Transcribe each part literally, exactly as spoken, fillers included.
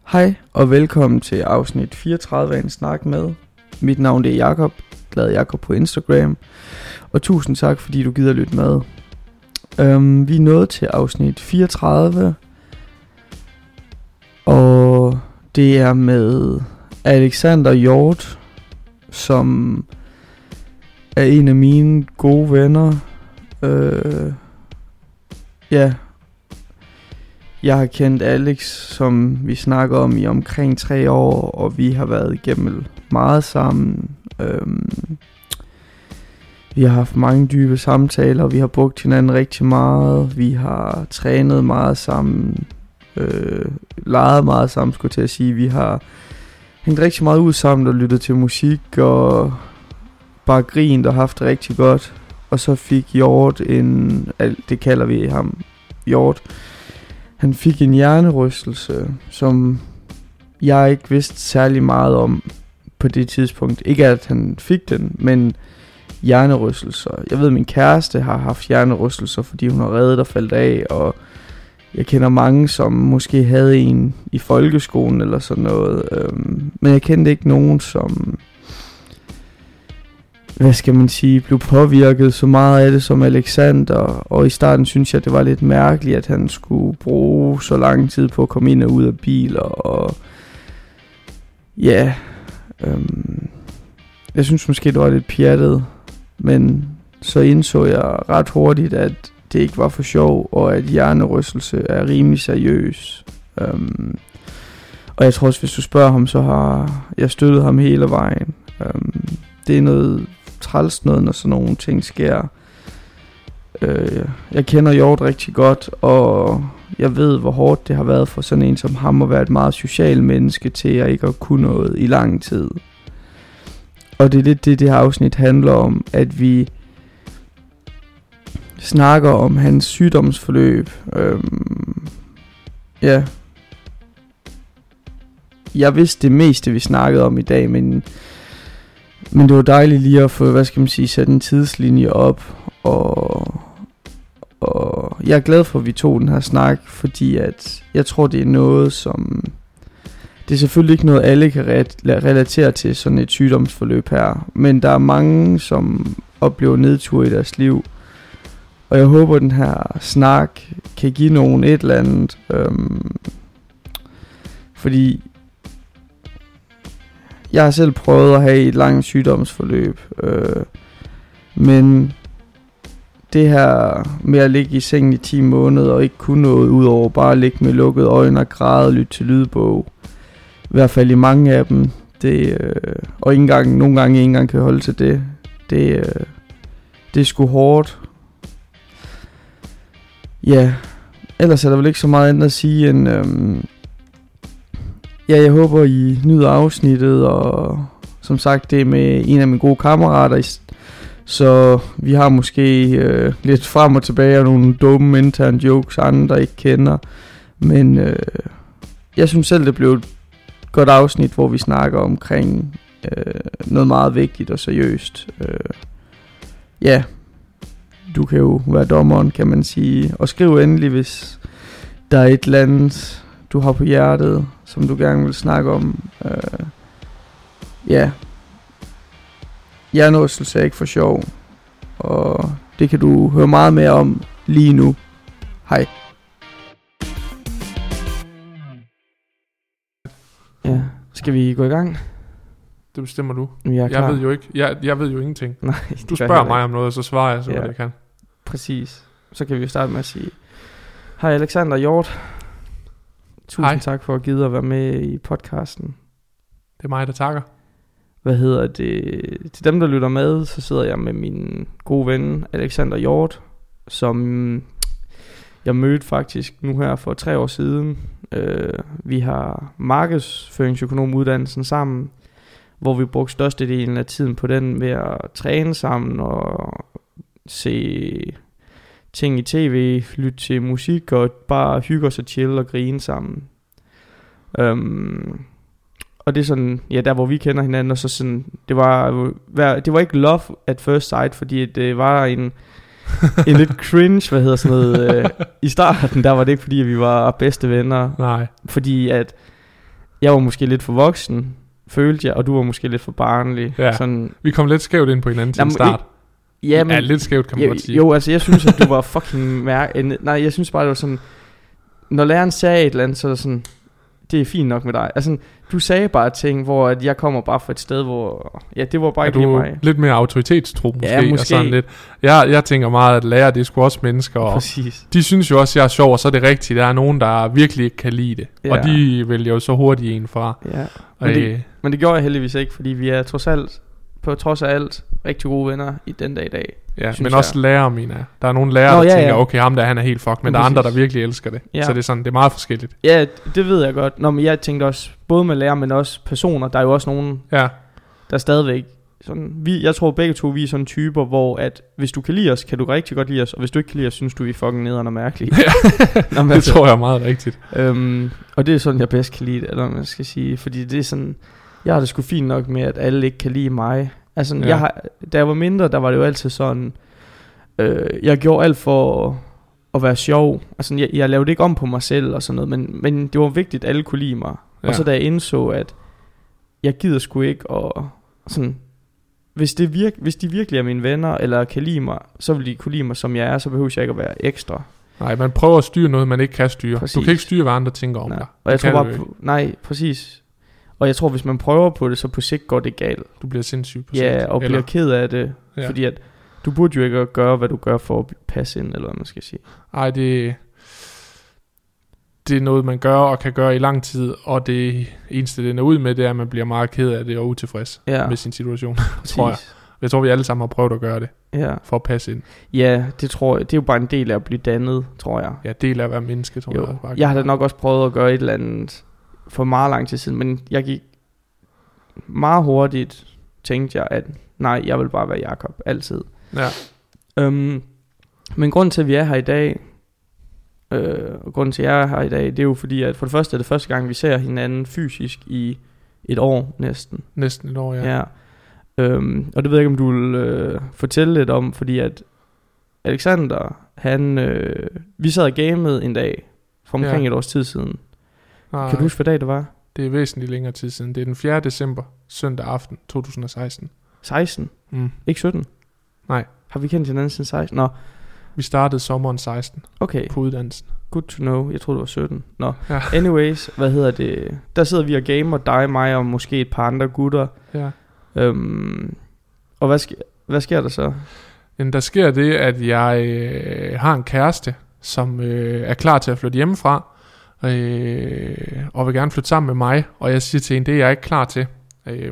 Hej og velkommen til afsnit fireogtredive af En Snak Med. Mit navn er Jakob, glad Jakob på Instagram. Og tusind tak fordi du gider lytte med. um, Vi er nået til afsnit fireogtredive. Og det er med Alexander Hjort, som er en af mine gode venner. uh, Ja Jeg har kendt Alex, som vi snakker om, i omkring tre år, og vi har været igennem meget sammen. Øhm, vi har haft mange dybe samtaler, vi har brugt hinanden rigtig meget, vi har trænet meget sammen, øh, leget meget sammen, skulle jeg til at sige. Vi har hængt rigtig meget ud sammen og lyttet til musik og bare grint og haft det rigtig godt. Og så fik Hjort en, det kalder vi ham, Hjort. Han fik en hjernerystelse, som jeg ikke vidste særlig meget om på det tidspunkt. Ikke at han fik den, men hjernerystelser. Jeg ved, at min kæreste har haft hjernerystelser, fordi hun har reddet og faldt af. Og jeg kender mange, som måske havde en i folkeskolen eller sådan noget. Men jeg kendte ikke nogen, som, hvad skal man sige, blev påvirket så meget af det som Alexander. Og i starten synes jeg, det var lidt mærkeligt, at han skulle bruge så lang tid på at komme ind og ud af biler. Og ja, øhm, jeg synes måske, det var lidt pjattet. Men så indså jeg ret hurtigt, at det ikke var for sjov, og at hjernerystelse er rimelig seriøs. Øhm, og jeg tror også, hvis du spørger ham, så har jeg støttet ham hele vejen. Øhm, det er noget træls noget, når sådan nogle ting sker. øh, Jeg kender Hjort rigtig godt, og jeg ved, hvor hårdt det har været for sådan en som ham at være et meget social menneske til at ikke at kunne noget i lang tid. Og det er lidt det, det her afsnit handler om, at vi snakker om hans sygdomsforløb. øhm, Ja Jeg vidste det meste, vi snakkede om i dag, men Men det var dejligt lige at få, hvad skal man sige, sætte en tidslinje op. Og, og jeg er glad for, at vi tog den her snak, fordi at jeg tror, det er noget, som... Det er selvfølgelig ikke noget, alle kan relatere til sådan et sygdomsforløb her. Men der er mange, som oplever nedtur i deres liv. Og jeg håber, at den her snak kan give nogen et eller andet. Øhm, fordi... Jeg har selv prøvet at have et langt sygdomsforløb, øh, men det her med at ligge i sengen i ti måneder og ikke kunne noget ud over bare at ligge med lukkede øjne og græde og lytte til lydbog, i hvert fald i mange af dem, det, øh, og ikke engang, nogle gange ikke engang kan holde til det, det, øh, det er sgu hårdt. Ja, ellers er der vel ikke så meget andet at sige end... Øh, Ja, jeg håber, I nyder afsnittet, og som sagt, det er med en af mine gode kammerater, så vi har måske øh, lidt frem og tilbage og nogle dumme interne jokes, andre ikke kender. Men øh, jeg synes selv, det blev et godt afsnit, hvor vi snakker omkring øh, noget meget vigtigt og seriøst. Øh, ja, du kan jo være dommeren, kan man sige. Og skriv endelig, hvis der er et eller andet, du har på hjertet, som du gerne vil snakke om. øh, Ja Hjernerystelse er ikke for sjov, og det kan du høre meget mere om lige nu. Hej. Ja, skal vi gå i gang? Det bestemmer du. Jeg, jeg ved jo ikke. Jeg, jeg ved jo ingenting. Nej, du spørger mig om noget, og så svarer jeg så, ja, hvad jeg kan. Præcis. Så kan vi starte med at sige: hej Alexander Hjort. Tusind Hej. Tak for at give at være med i podcasten. Det er mig, der takker. Hvad hedder det? Til dem, der lytter med, så sidder jeg med min gode ven Alexander Hjort, som jeg mødte faktisk nu her for tre år siden. Uh, vi har markedsføringsøkonomuddannelsen sammen, hvor vi brugte størstedelen af tiden på den ved at træne sammen og se ting i tv, lytte til musik og bare hygge os og chill og grine sammen. Um, og det er sådan, ja, der hvor vi kender hinanden, og så sådan, det var, det var ikke love at first sight, fordi det var en, en lidt cringe, hvad hedder sådan noget, øh, i starten, der var det ikke fordi, at vi var bedste venner. Nej. Fordi at jeg var måske lidt for voksen, følte jeg, og du var måske lidt for barnlig. Ja, sådan, vi kom lidt skævt ind på hinanden til en start. Ja, men, ja, lidt skævt kan man jo, godt sige. Jo, altså jeg synes, at du var fucking mærke. Nej, jeg synes bare, det var sådan, når læreren sagde et eller andet, så er det sådan, det er fint nok med dig. Altså, du sagde bare ting, hvor at jeg kommer bare fra et sted, hvor, ja, det var bare er ikke lige mig. Lidt mere autoritetstro måske, ja, måske. Og sådan lidt. Jeg, jeg tænker meget, at lærer, det er sgu også mennesker, og præcis. De synes jo også, at jeg er sjov, og så er det rigtigt. Der er nogen, der virkelig ikke kan lide det, ja. Og de vælger jo så hurtigt en fra. Ja. Men, det, men det gjorde jeg heldigvis ikke, fordi vi er trods alt, på trods af alt, rigtig gode venner i den dag i dag. Ja, men også jeg. Lærer, mine. Der er nogle lærere, Nå, der ja, tænker, ja. okay, ham der, han er helt fucked, men, men der er andre, der virkelig elsker det. Ja. Så det er sådan, det er meget forskelligt. Ja, det ved jeg godt. Nå, men jeg tænkte også, både med lærere, men også personer, der er jo også nogen, ja. Der stadigvæk, sådan, vi, jeg tror begge to, vi er sådan typer, hvor at, hvis du kan lide os, kan du rigtig godt lide os, og hvis du ikke kan lide os, synes du, vi er fucking nederen og mærkelige. Nå, det altså, tror jeg er meget rigtigt. Øhm, og det er sådan, jeg bedst kan lide det, eller man skal sige, fordi det er sådan, jeg har det sgu fint nok med, at alle ikke kan lide mig. Altså, ja. jeg har, da jeg var mindre, der var det jo altid sådan, øh, jeg gjorde alt for at være sjov. Altså, jeg, jeg lavede ikke om på mig selv og sådan noget, men, men det var vigtigt, at alle kunne lide mig. Ja. Og så da jeg indså, at jeg gider sgu ikke, og sådan, hvis, det virk, hvis de virkelig er mine venner, eller kan lide mig, så vil de kunne lide mig, som jeg er, så behøver jeg ikke at være ekstra. Nej, man prøver at styre noget, man ikke kan styre. Præcis. Du kan ikke styre, hvad andre tænker om nej. dig. Og jeg tror bare, på, nej, præcis. Og jeg tror, hvis man prøver på det, så på sigt går det galt. Du bliver sindssyg på sigt. Ja, og eller? bliver ked af det. Ja. Fordi at du burde jo ikke gøre, hvad du gør for at passe ind, eller hvad man skal sige. Nej, det, det er noget, man gør og kan gøre i lang tid. Og det eneste, det ender ud med, det er, at man bliver meget ked af det og utilfreds ja. med sin situation. tror jeg. Jeg tror, vi alle sammen har prøvet at gøre det. Ja. For at passe ind. Ja, det tror jeg. Det er jo bare en del af at blive dannet, tror jeg. Ja, del af at være menneske, tror jo. jeg. Bare jeg har da nok også prøvet at gøre et eller andet for meget lang tid siden, men jeg gik meget hurtigt, tænkte jeg, at nej, jeg vil bare være Jakob, altid. Ja. Øhm, men grunden til, at vi er her i dag, øh, og grunden til, at jeg er her i dag, det er jo fordi, at for det første er det første gang, vi ser hinanden fysisk i et år næsten. Næsten et år, ja. ja. Øhm, og det ved jeg ikke, om du vil øh, fortælle lidt om, fordi at Alexander, han, øh, vi sad og gamede en dag, for omkring ja. et års tid siden. Nej, kan du huske, hvad dag det var? Det er væsentligt længere tid siden. Det er den fjerde december, søndag aften, to tusind og seksten. seksten? Mm. Ikke sytten? Nej. Har vi kendt hinanden siden seksten? Nå. Vi startede sommeren seksten. Okay. På uddannelsen. Good to know. Jeg troede, det var sytten. Nå. Ja. Anyways, hvad hedder det? Der sidder vi og gamer, dig, mig og måske et par andre gutter. Ja. Øhm, og hvad, sk- hvad sker der så? Jamen, der sker det, at jeg øh, har en kæreste, som øh, er klar til at flytte hjemmefra. Øh, og vil gerne flytte sammen med mig. Og jeg siger til hende, det er jeg ikke klar til. øh,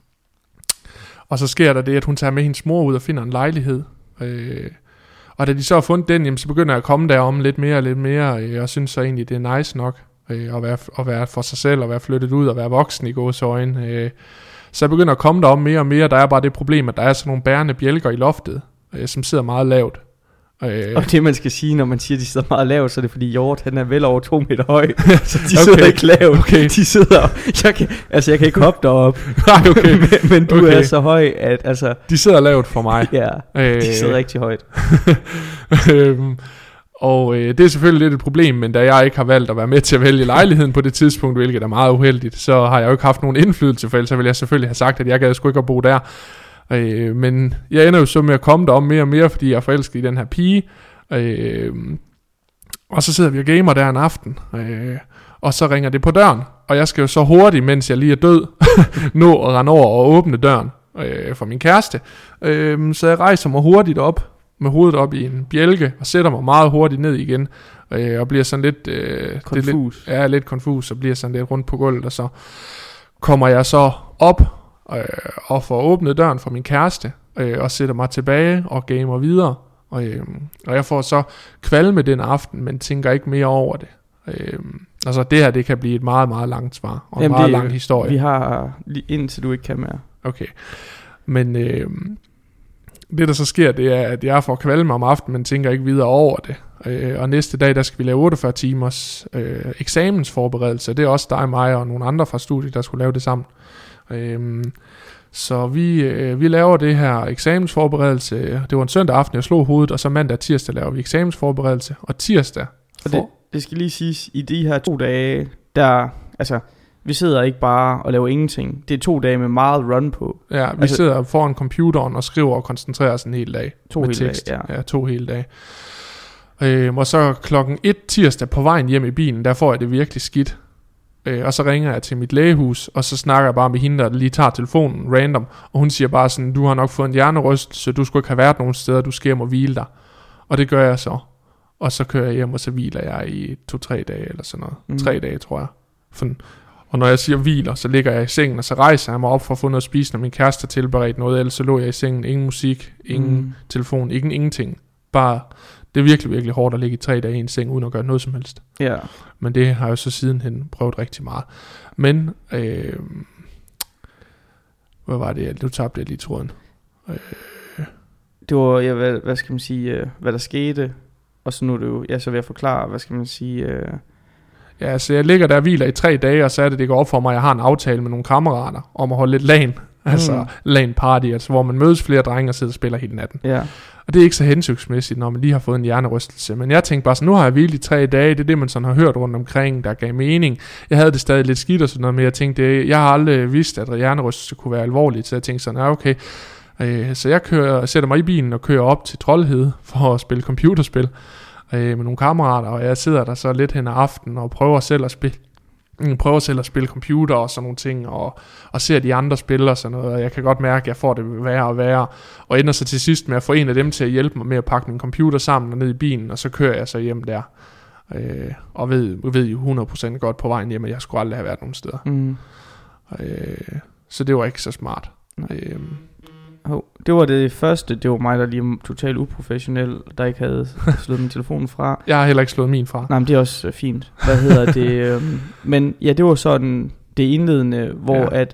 Og så sker der det, at hun tager med hendes mor ud og finder en lejlighed. øh, Og da de så har fundet den, jamen, så begynder jeg at komme derom lidt mere og lidt mere. øh, Og synes så egentlig, det er nice nok øh, at, være, at være for sig selv, og være flyttet ud og være voksen i gåseøjne. øh, Så jeg begynder at komme derom mere og mere. Der er bare det problem, at der er sådan nogle bærende bjælker i loftet, øh, som sidder meget lavt. Øh. Og det man skal sige, når man siger, at de sidder meget lavt, så er det fordi Hjort, han er vel over to meter høj. Så de okay. sidder ikke lavt. Okay. De sidder, jeg kan, altså jeg kan ikke hoppe derop. Nej, okay. men, men du okay. er så høj, at altså. De sidder lavt for mig. Ja, øh. de sidder rigtig højt. øhm, og øh, det er selvfølgelig lidt et problem, men da jeg ikke har valgt at være med til at vælge lejligheden på det tidspunkt, hvilket er meget uheldigt, så har jeg jo ikke haft nogen indflydelse, for ellers så ville jeg selvfølgelig have sagt, at jeg gad sgu ikke at bo der. Øh, men jeg ender jo så med at komme derom mere og mere, fordi jeg er forelsket i den her pige. Øh, og så sidder vi og gamer der en aften, øh, og så ringer det på døren, og jeg skal jo så hurtigt, mens jeg lige er død, nå at rende over og åbne døren øh, for min kæreste. Øh, så jeg rejser mig hurtigt op, med hovedet op i en bjælke, og sætter mig meget hurtigt ned igen, øh, og bliver sådan lidt øh, konfus. Det er lidt, ja, lidt konfus, og bliver sådan lidt rundt på gulvet, og så kommer jeg så op øh, og får åbnet døren for min kæreste, øh, og sætter mig tilbage og gamer videre, og, øh, og jeg får så kvalme den aften, men tænker ikke mere over det. Øh, altså det her, det kan blive et meget, meget langt svar, og Jamen en meget det, lang historie. Vi har indtil du ikke kan mere. Okay, men øh, det der så sker, det er, at jeg får kvalme om aftenen, men tænker ikke videre over det. Øh, og næste dag, der skal vi lave otteogfyrre timers øh, eksamensforberedelse. Det er også dig, mig og nogle andre fra studiet, der skulle lave det sammen. Øh, så vi, øh, vi laver det her eksamensforberedelse. Det var en søndag aften, jeg slog hovedet, og så mandag og tirsdag laver vi eksamensforberedelse. Og tirsdag... Og det, det skal lige siges, i de her to dage, der... Altså, vi sidder ikke bare og laver ingenting. Det er to dage med meget run på. Ja, vi altså, sidder foran computeren og skriver og koncentrerer os en hel dag. To med hele tekst. Dage, ja. ja, to hele dage. Øh, og så klokken et tirsdag på vejen hjem i bilen, der får jeg det virkelig skidt. Øh, og så ringer jeg til mit lægehus, og så snakker jeg bare med hende, der lige tager telefonen random. Og hun siger bare sådan, du har nok fået en hjernerystelse, du skulle ikke have været nogen steder, du skal hjem og hvile dig. Og det gør jeg så. Og så kører jeg hjem, og så hviler jeg i to-tre dage eller sådan noget. Mm. Tre dage, tror jeg. For, og når jeg siger hviler, så ligger jeg i sengen, og så rejser jeg mig op for at få noget at spise, når min kæreste har tilberedt noget, ellers så lå jeg i sengen. Ingen musik, ingen mm. telefon, ingen ingenting. Bare, det er virkelig, virkelig hårdt at ligge i tre dage i en seng, uden at gøre noget som helst. Ja. Yeah. Men det har jeg jo så sidenhen prøvet rigtig meget. Men, øh, hvad var det? Nu tabte jeg lige tråden. Øh. Det var, ja, hvad, hvad skal man sige, øh, hvad der skete. Og så nu er det jo, jeg så ved at forklare, hvad skal man sige... Øh... Ja, så jeg ligger der og hviler i tre dage, og så er det, det går op for mig, at jeg har en aftale med nogle kammerater om at holde lidt LAN. Mm. Altså LAN party, altså hvor man mødes flere drenge og sidder og spiller hele natten. Ja. Og det er ikke så hensygsmæssigt, når man lige har fået en hjernerystelse. Men jeg tænkte bare så, nu har jeg hvilet i tre dage, det er det, man sådan har hørt rundt omkring, der gav mening. Jeg havde det stadig lidt skidt og sådan noget, men jeg tænkte, jeg har aldrig vidst, at hjernerystelse kunne være alvorligt, så jeg tænkte sådan, ja okay. Øh, så jeg kører, sætter mig i bilen og kører op til Troldhede for at spille computerspil øh, med nogle kammerater, og jeg sidder der så lidt hen ad aftenen og prøver selv at spille prøver selv at spille computer og sådan nogle ting, og, og ser de andre spille og sådan noget, og jeg kan godt mærke, at jeg får det værre og værre, og ender så til sidst med at få en af dem til at hjælpe mig med at pakke min computer sammen og ned i bilen, og så kører jeg så hjem der, øh, og ved, ved jo hundrede procent godt på vejen hjem, at jeg skulle aldrig have været nogen steder. Mm. Øh, så det var ikke så smart. Øh, Oh, det var det første. Det var mig, der lige totalt uprofessionel, der ikke havde slået min telefon fra. Jeg har heller ikke slået min fra. Nej, men det er også fint. Hvad hedder det? øhm, men ja, det var sådan det indledende, hvor ja. at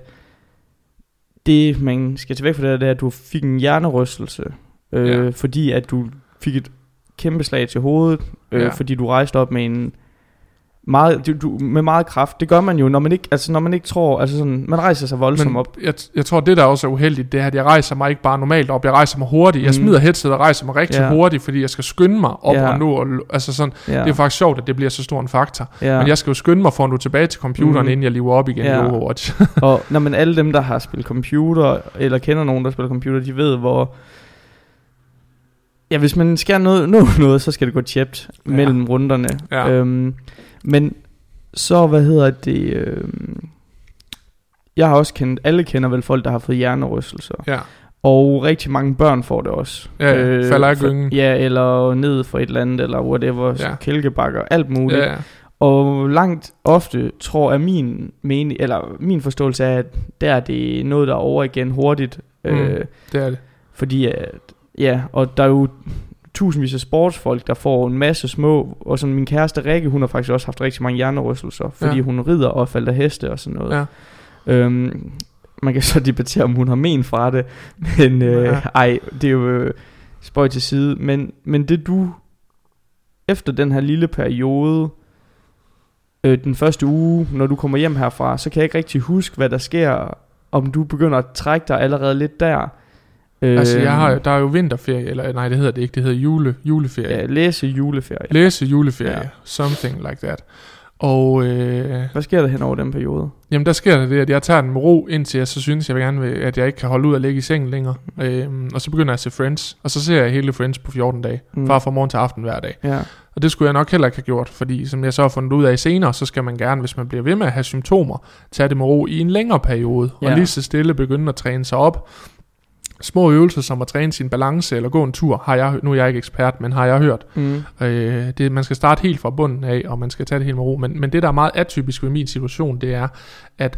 det, man skal tilbage for det, det er, at du fik en hjernerystelse, øh, ja. fordi at du fik et kæmpe slag til hovedet, øh, ja. fordi du rejste op med en meget, du, du, med meget kraft. Det gør man jo, når man ikke, altså når man ikke tror, altså sådan, man rejser sig voldsomt Men op. Jeg, jeg tror, det der også er uheldigt, det er, at jeg rejser mig ikke bare normalt op, jeg rejser mig hurtigt. Jeg mm. smider headset og rejser mig rigtig yeah. hurtigt, fordi jeg skal skynde mig op yeah. og nå, og, altså sådan, yeah. det er faktisk sjovt, at det bliver så stor en faktor. Yeah. Men jeg skal jo skynde mig for at nå tilbage til computeren, mm. inden jeg lever op igen yeah. i Overwatch. Og når man alle dem, der har spillet computer, eller kender nogen, der spiller computer, de ved, hvor ja, hvis man skal nå noget, noget, så skal det gå tjept ja. mellem runderne. Ja. Øhm, men så, hvad hedder det, øh, jeg har også kendt, alle kender vel folk, der har fået hjernerystelser. Ja. Og rigtig mange børn får det også. Ja, øh, falder i gyngen. Ja, eller ned for et eller andet, eller whatever, ja. kælkebakker, alt muligt. Ja, ja. Og langt ofte tror jeg min mening, eller min forståelse er, at der er det noget, der er over igen hurtigt. Mm, øh, det er det. Fordi, at, ja, og der er jo tusindvis af sportsfolk, der får en masse små, og som min kæreste Rikke, hun har faktisk også haft rigtig mange hjernerystelser, fordi ja. hun rider og falder af heste og sådan noget. Ja. Øhm, man kan så debattere, om hun har men fra det, men øh, ja. ej, det er jo øh, spøj til side, men, men det du, efter den her lille periode, øh, den første uge, når du kommer hjem herfra, så kan jeg ikke rigtig huske, hvad der sker, om du begynder at trække dig allerede lidt der. Altså jeg har, der er jo vinterferie, eller nej det hedder det ikke, det hedder jule, juleferie. Ja, læse juleferie. Læse juleferie, ja. Something like that. Og øh, hvad sker der hen over den periode? Jamen der sker der det, at jeg tager den med ro, indtil jeg så synes, jeg vil gerne vil, at jeg ikke kan holde ud og ligge i sengen længere. Mm. Øhm, og så begynder jeg at se Friends, og så ser jeg hele Friends på fjorten dage, mm. fra fra morgen til aften hver dag. Ja. Og det skulle jeg nok heller ikke have gjort, fordi som jeg så har fundet ud af senere, så skal man gerne, hvis man bliver ved med at have symptomer, tage det med ro i en længere periode, ja. og lige så stille begynde at træne sig op. Små øvelser som at træne sin balance eller gå en tur, har jeg, nu er jeg ikke ekspert, men har jeg hørt. Mm. Øh, det, man skal starte helt fra bunden af, og man skal tage det helt med ro. Men, men det, der er meget atypisk ved min situation, det er, at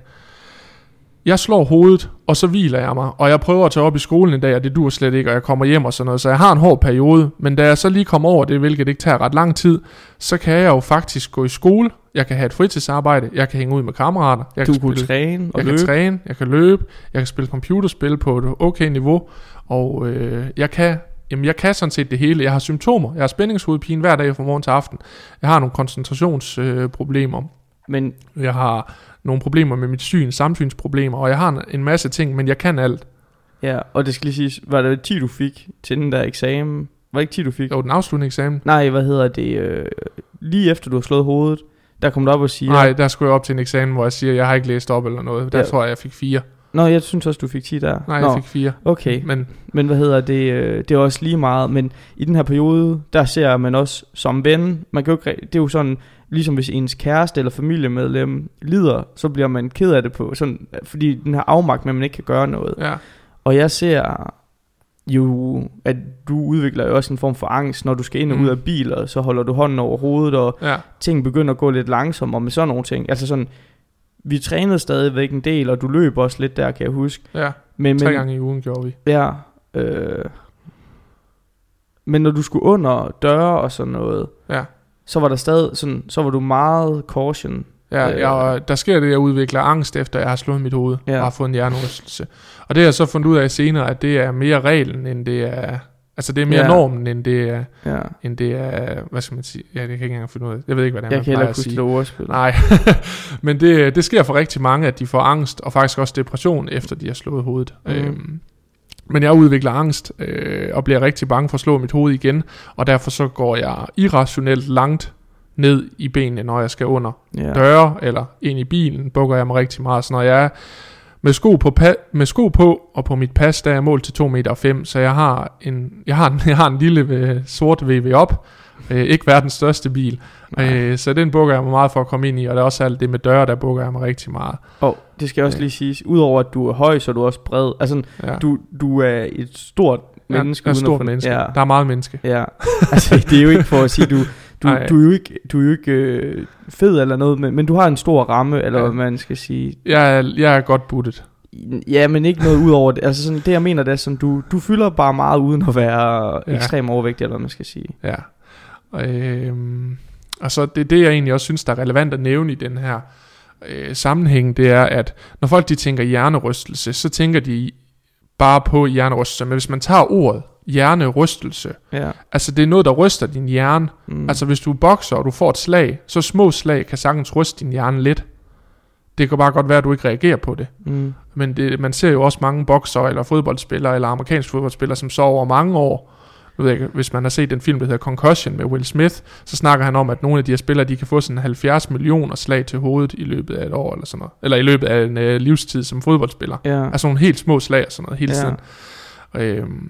jeg slår hovedet, og så hviler jeg mig, og jeg prøver at tage op i skolen en dag, og det dur slet ikke, og jeg kommer hjem og sådan noget, så jeg har en hård periode, men da jeg så lige kommer over det, hvilket ikke tager ret lang tid, så kan jeg jo faktisk gå i skole, jeg kan have et fritidsarbejde, jeg kan hænge ud med kammerater, jeg du kan kunne spille, træne og jeg løbe. kan træne, jeg kan løbe, jeg kan spille computerspil på et okay niveau, og øh, jeg kan Jamen jeg kan sådan set det hele. Jeg har symptomer, jeg har spændingshovedpine hver dag fra morgen til aften, jeg har nogle koncentrationsproblemer, øh, men jeg har nogle problemer med mit syn, samsynsproblemer, og jeg har en masse ting, men jeg kan alt. Ja, og det skal lige siges, var det ti du fik til den der eksamen? Var det ikke ti du fik? Jo, den afsluttende eksamen. Nej, hvad hedder det? Øh, lige efter du har slået hovedet, der kom du op og siger... Nej, der skulle jeg op til en eksamen, hvor jeg siger, jeg har ikke læst op eller noget. Der ja. tror jeg, jeg fik fire. Nå, jeg synes også, du fik ti der. Nej, Nå, jeg fik fire. Okay, men, men hvad hedder det? Øh, det er også lige meget. Men i den her periode, der ser man også som ven. Man kan jo ikke, det er jo sådan, ligesom hvis ens kæreste eller familiemedlem lider, så bliver man ked af det på. Sådan, fordi den her afmagt, men man ikke kan gøre noget. Ja. Og jeg ser jo, at du udvikler jo også en form for angst, når du skal ind og ud af biler, så holder du hånden over hovedet, og ja. ting begynder at gå lidt langsommere med sådan nogle ting. Altså sådan, vi trænede stadigvæk en del, og du løb også lidt der, kan jeg huske. Ja, men, tre men, gange i ugen gjorde vi. Ja, øh, men når du skulle under døre og sådan noget, ja. så var der stadig sådan, så var du meget caution. Ja, øh, jeg, der sker det, at jeg udvikler angst, efter jeg har slået mit hoved, ja. og har fået en hjernerystelse. Og det har jeg så fundet ud af senere, at det er mere reglen, end det er... Altså det er mere ja. normen, end det er, ja. end det er, hvad skal man sige, ja, det kan jeg ikke engang finde ud af. Jeg ved ikke, hvad det er, man plejer at sige. Jeg kan heller ikke huske det. Nej, men det, det sker for rigtig mange, at de får angst, og faktisk også depression, efter de har slået hovedet. Mm. Øhm, men jeg udvikler angst, øh, og bliver rigtig bange for at slå mit hoved igen, og derfor så går jeg irrationelt langt ned i benene, når jeg skal under ja. døre, eller ind i bilen, bukker jeg mig rigtig meget. Så når jeg er med sko på, pa- med sko på og på mit pas, der er jeg målt til to meter fem, så jeg har en, jeg har en, jeg har en lille øh, sort V W op, øh, ikke verdens største bil, øh, så den bukker jeg mig meget for at komme ind i, og der er også alt det med døre, der bukker jeg mig rigtig meget. Og det skal også lige siges, udover at du er høj, så er du også bred, altså ja. du, du er et stort menneske. Ja, et stort menneske, ja. Der er meget menneske. Ja, altså det er jo ikke for at sige, du Du, du er jo ikke, du er jo ikke øh, fed eller noget, men, men du har en stor ramme, eller ja. hvad man skal sige. Jeg er, jeg er godt buttet. Ja, men ikke noget ud over det. Altså sådan, det jeg mener, det er sådan, du, du fylder bare meget uden at være ja. ekstrem overvægtig, eller hvad man skal sige. Ja. Og, øhm, og så det, det jeg egentlig også synes, der er relevant at nævne i den her øh, sammenhæng, det er, at når folk de tænker hjernerystelse, så tænker de bare på hjernerystelse. Men hvis man tager ordet hjernerystelse, ja. altså det er noget, der ryster din hjerne. Mm. Altså hvis du bokser, og du får et slag, så små slag kan sagtens ryste din hjerne lidt. Det kan bare godt være, at du ikke reagerer på det. Mm. Men det, man ser jo også mange boksere, eller fodboldspillere, eller amerikanske fodboldspillere, som så over mange år, jeg ved ikke, hvis man har set den film, der hedder Concussion med Will Smith, så snakker han om, at nogle af de her spillere, de kan få sådan halvfjerds millioner slag til hovedet i løbet af et år, eller sådan noget. Eller i løbet af en øh, livstid som fodboldspiller. Ja. Altså nogle helt små slag og sådan noget hele ja. tiden. Øhm,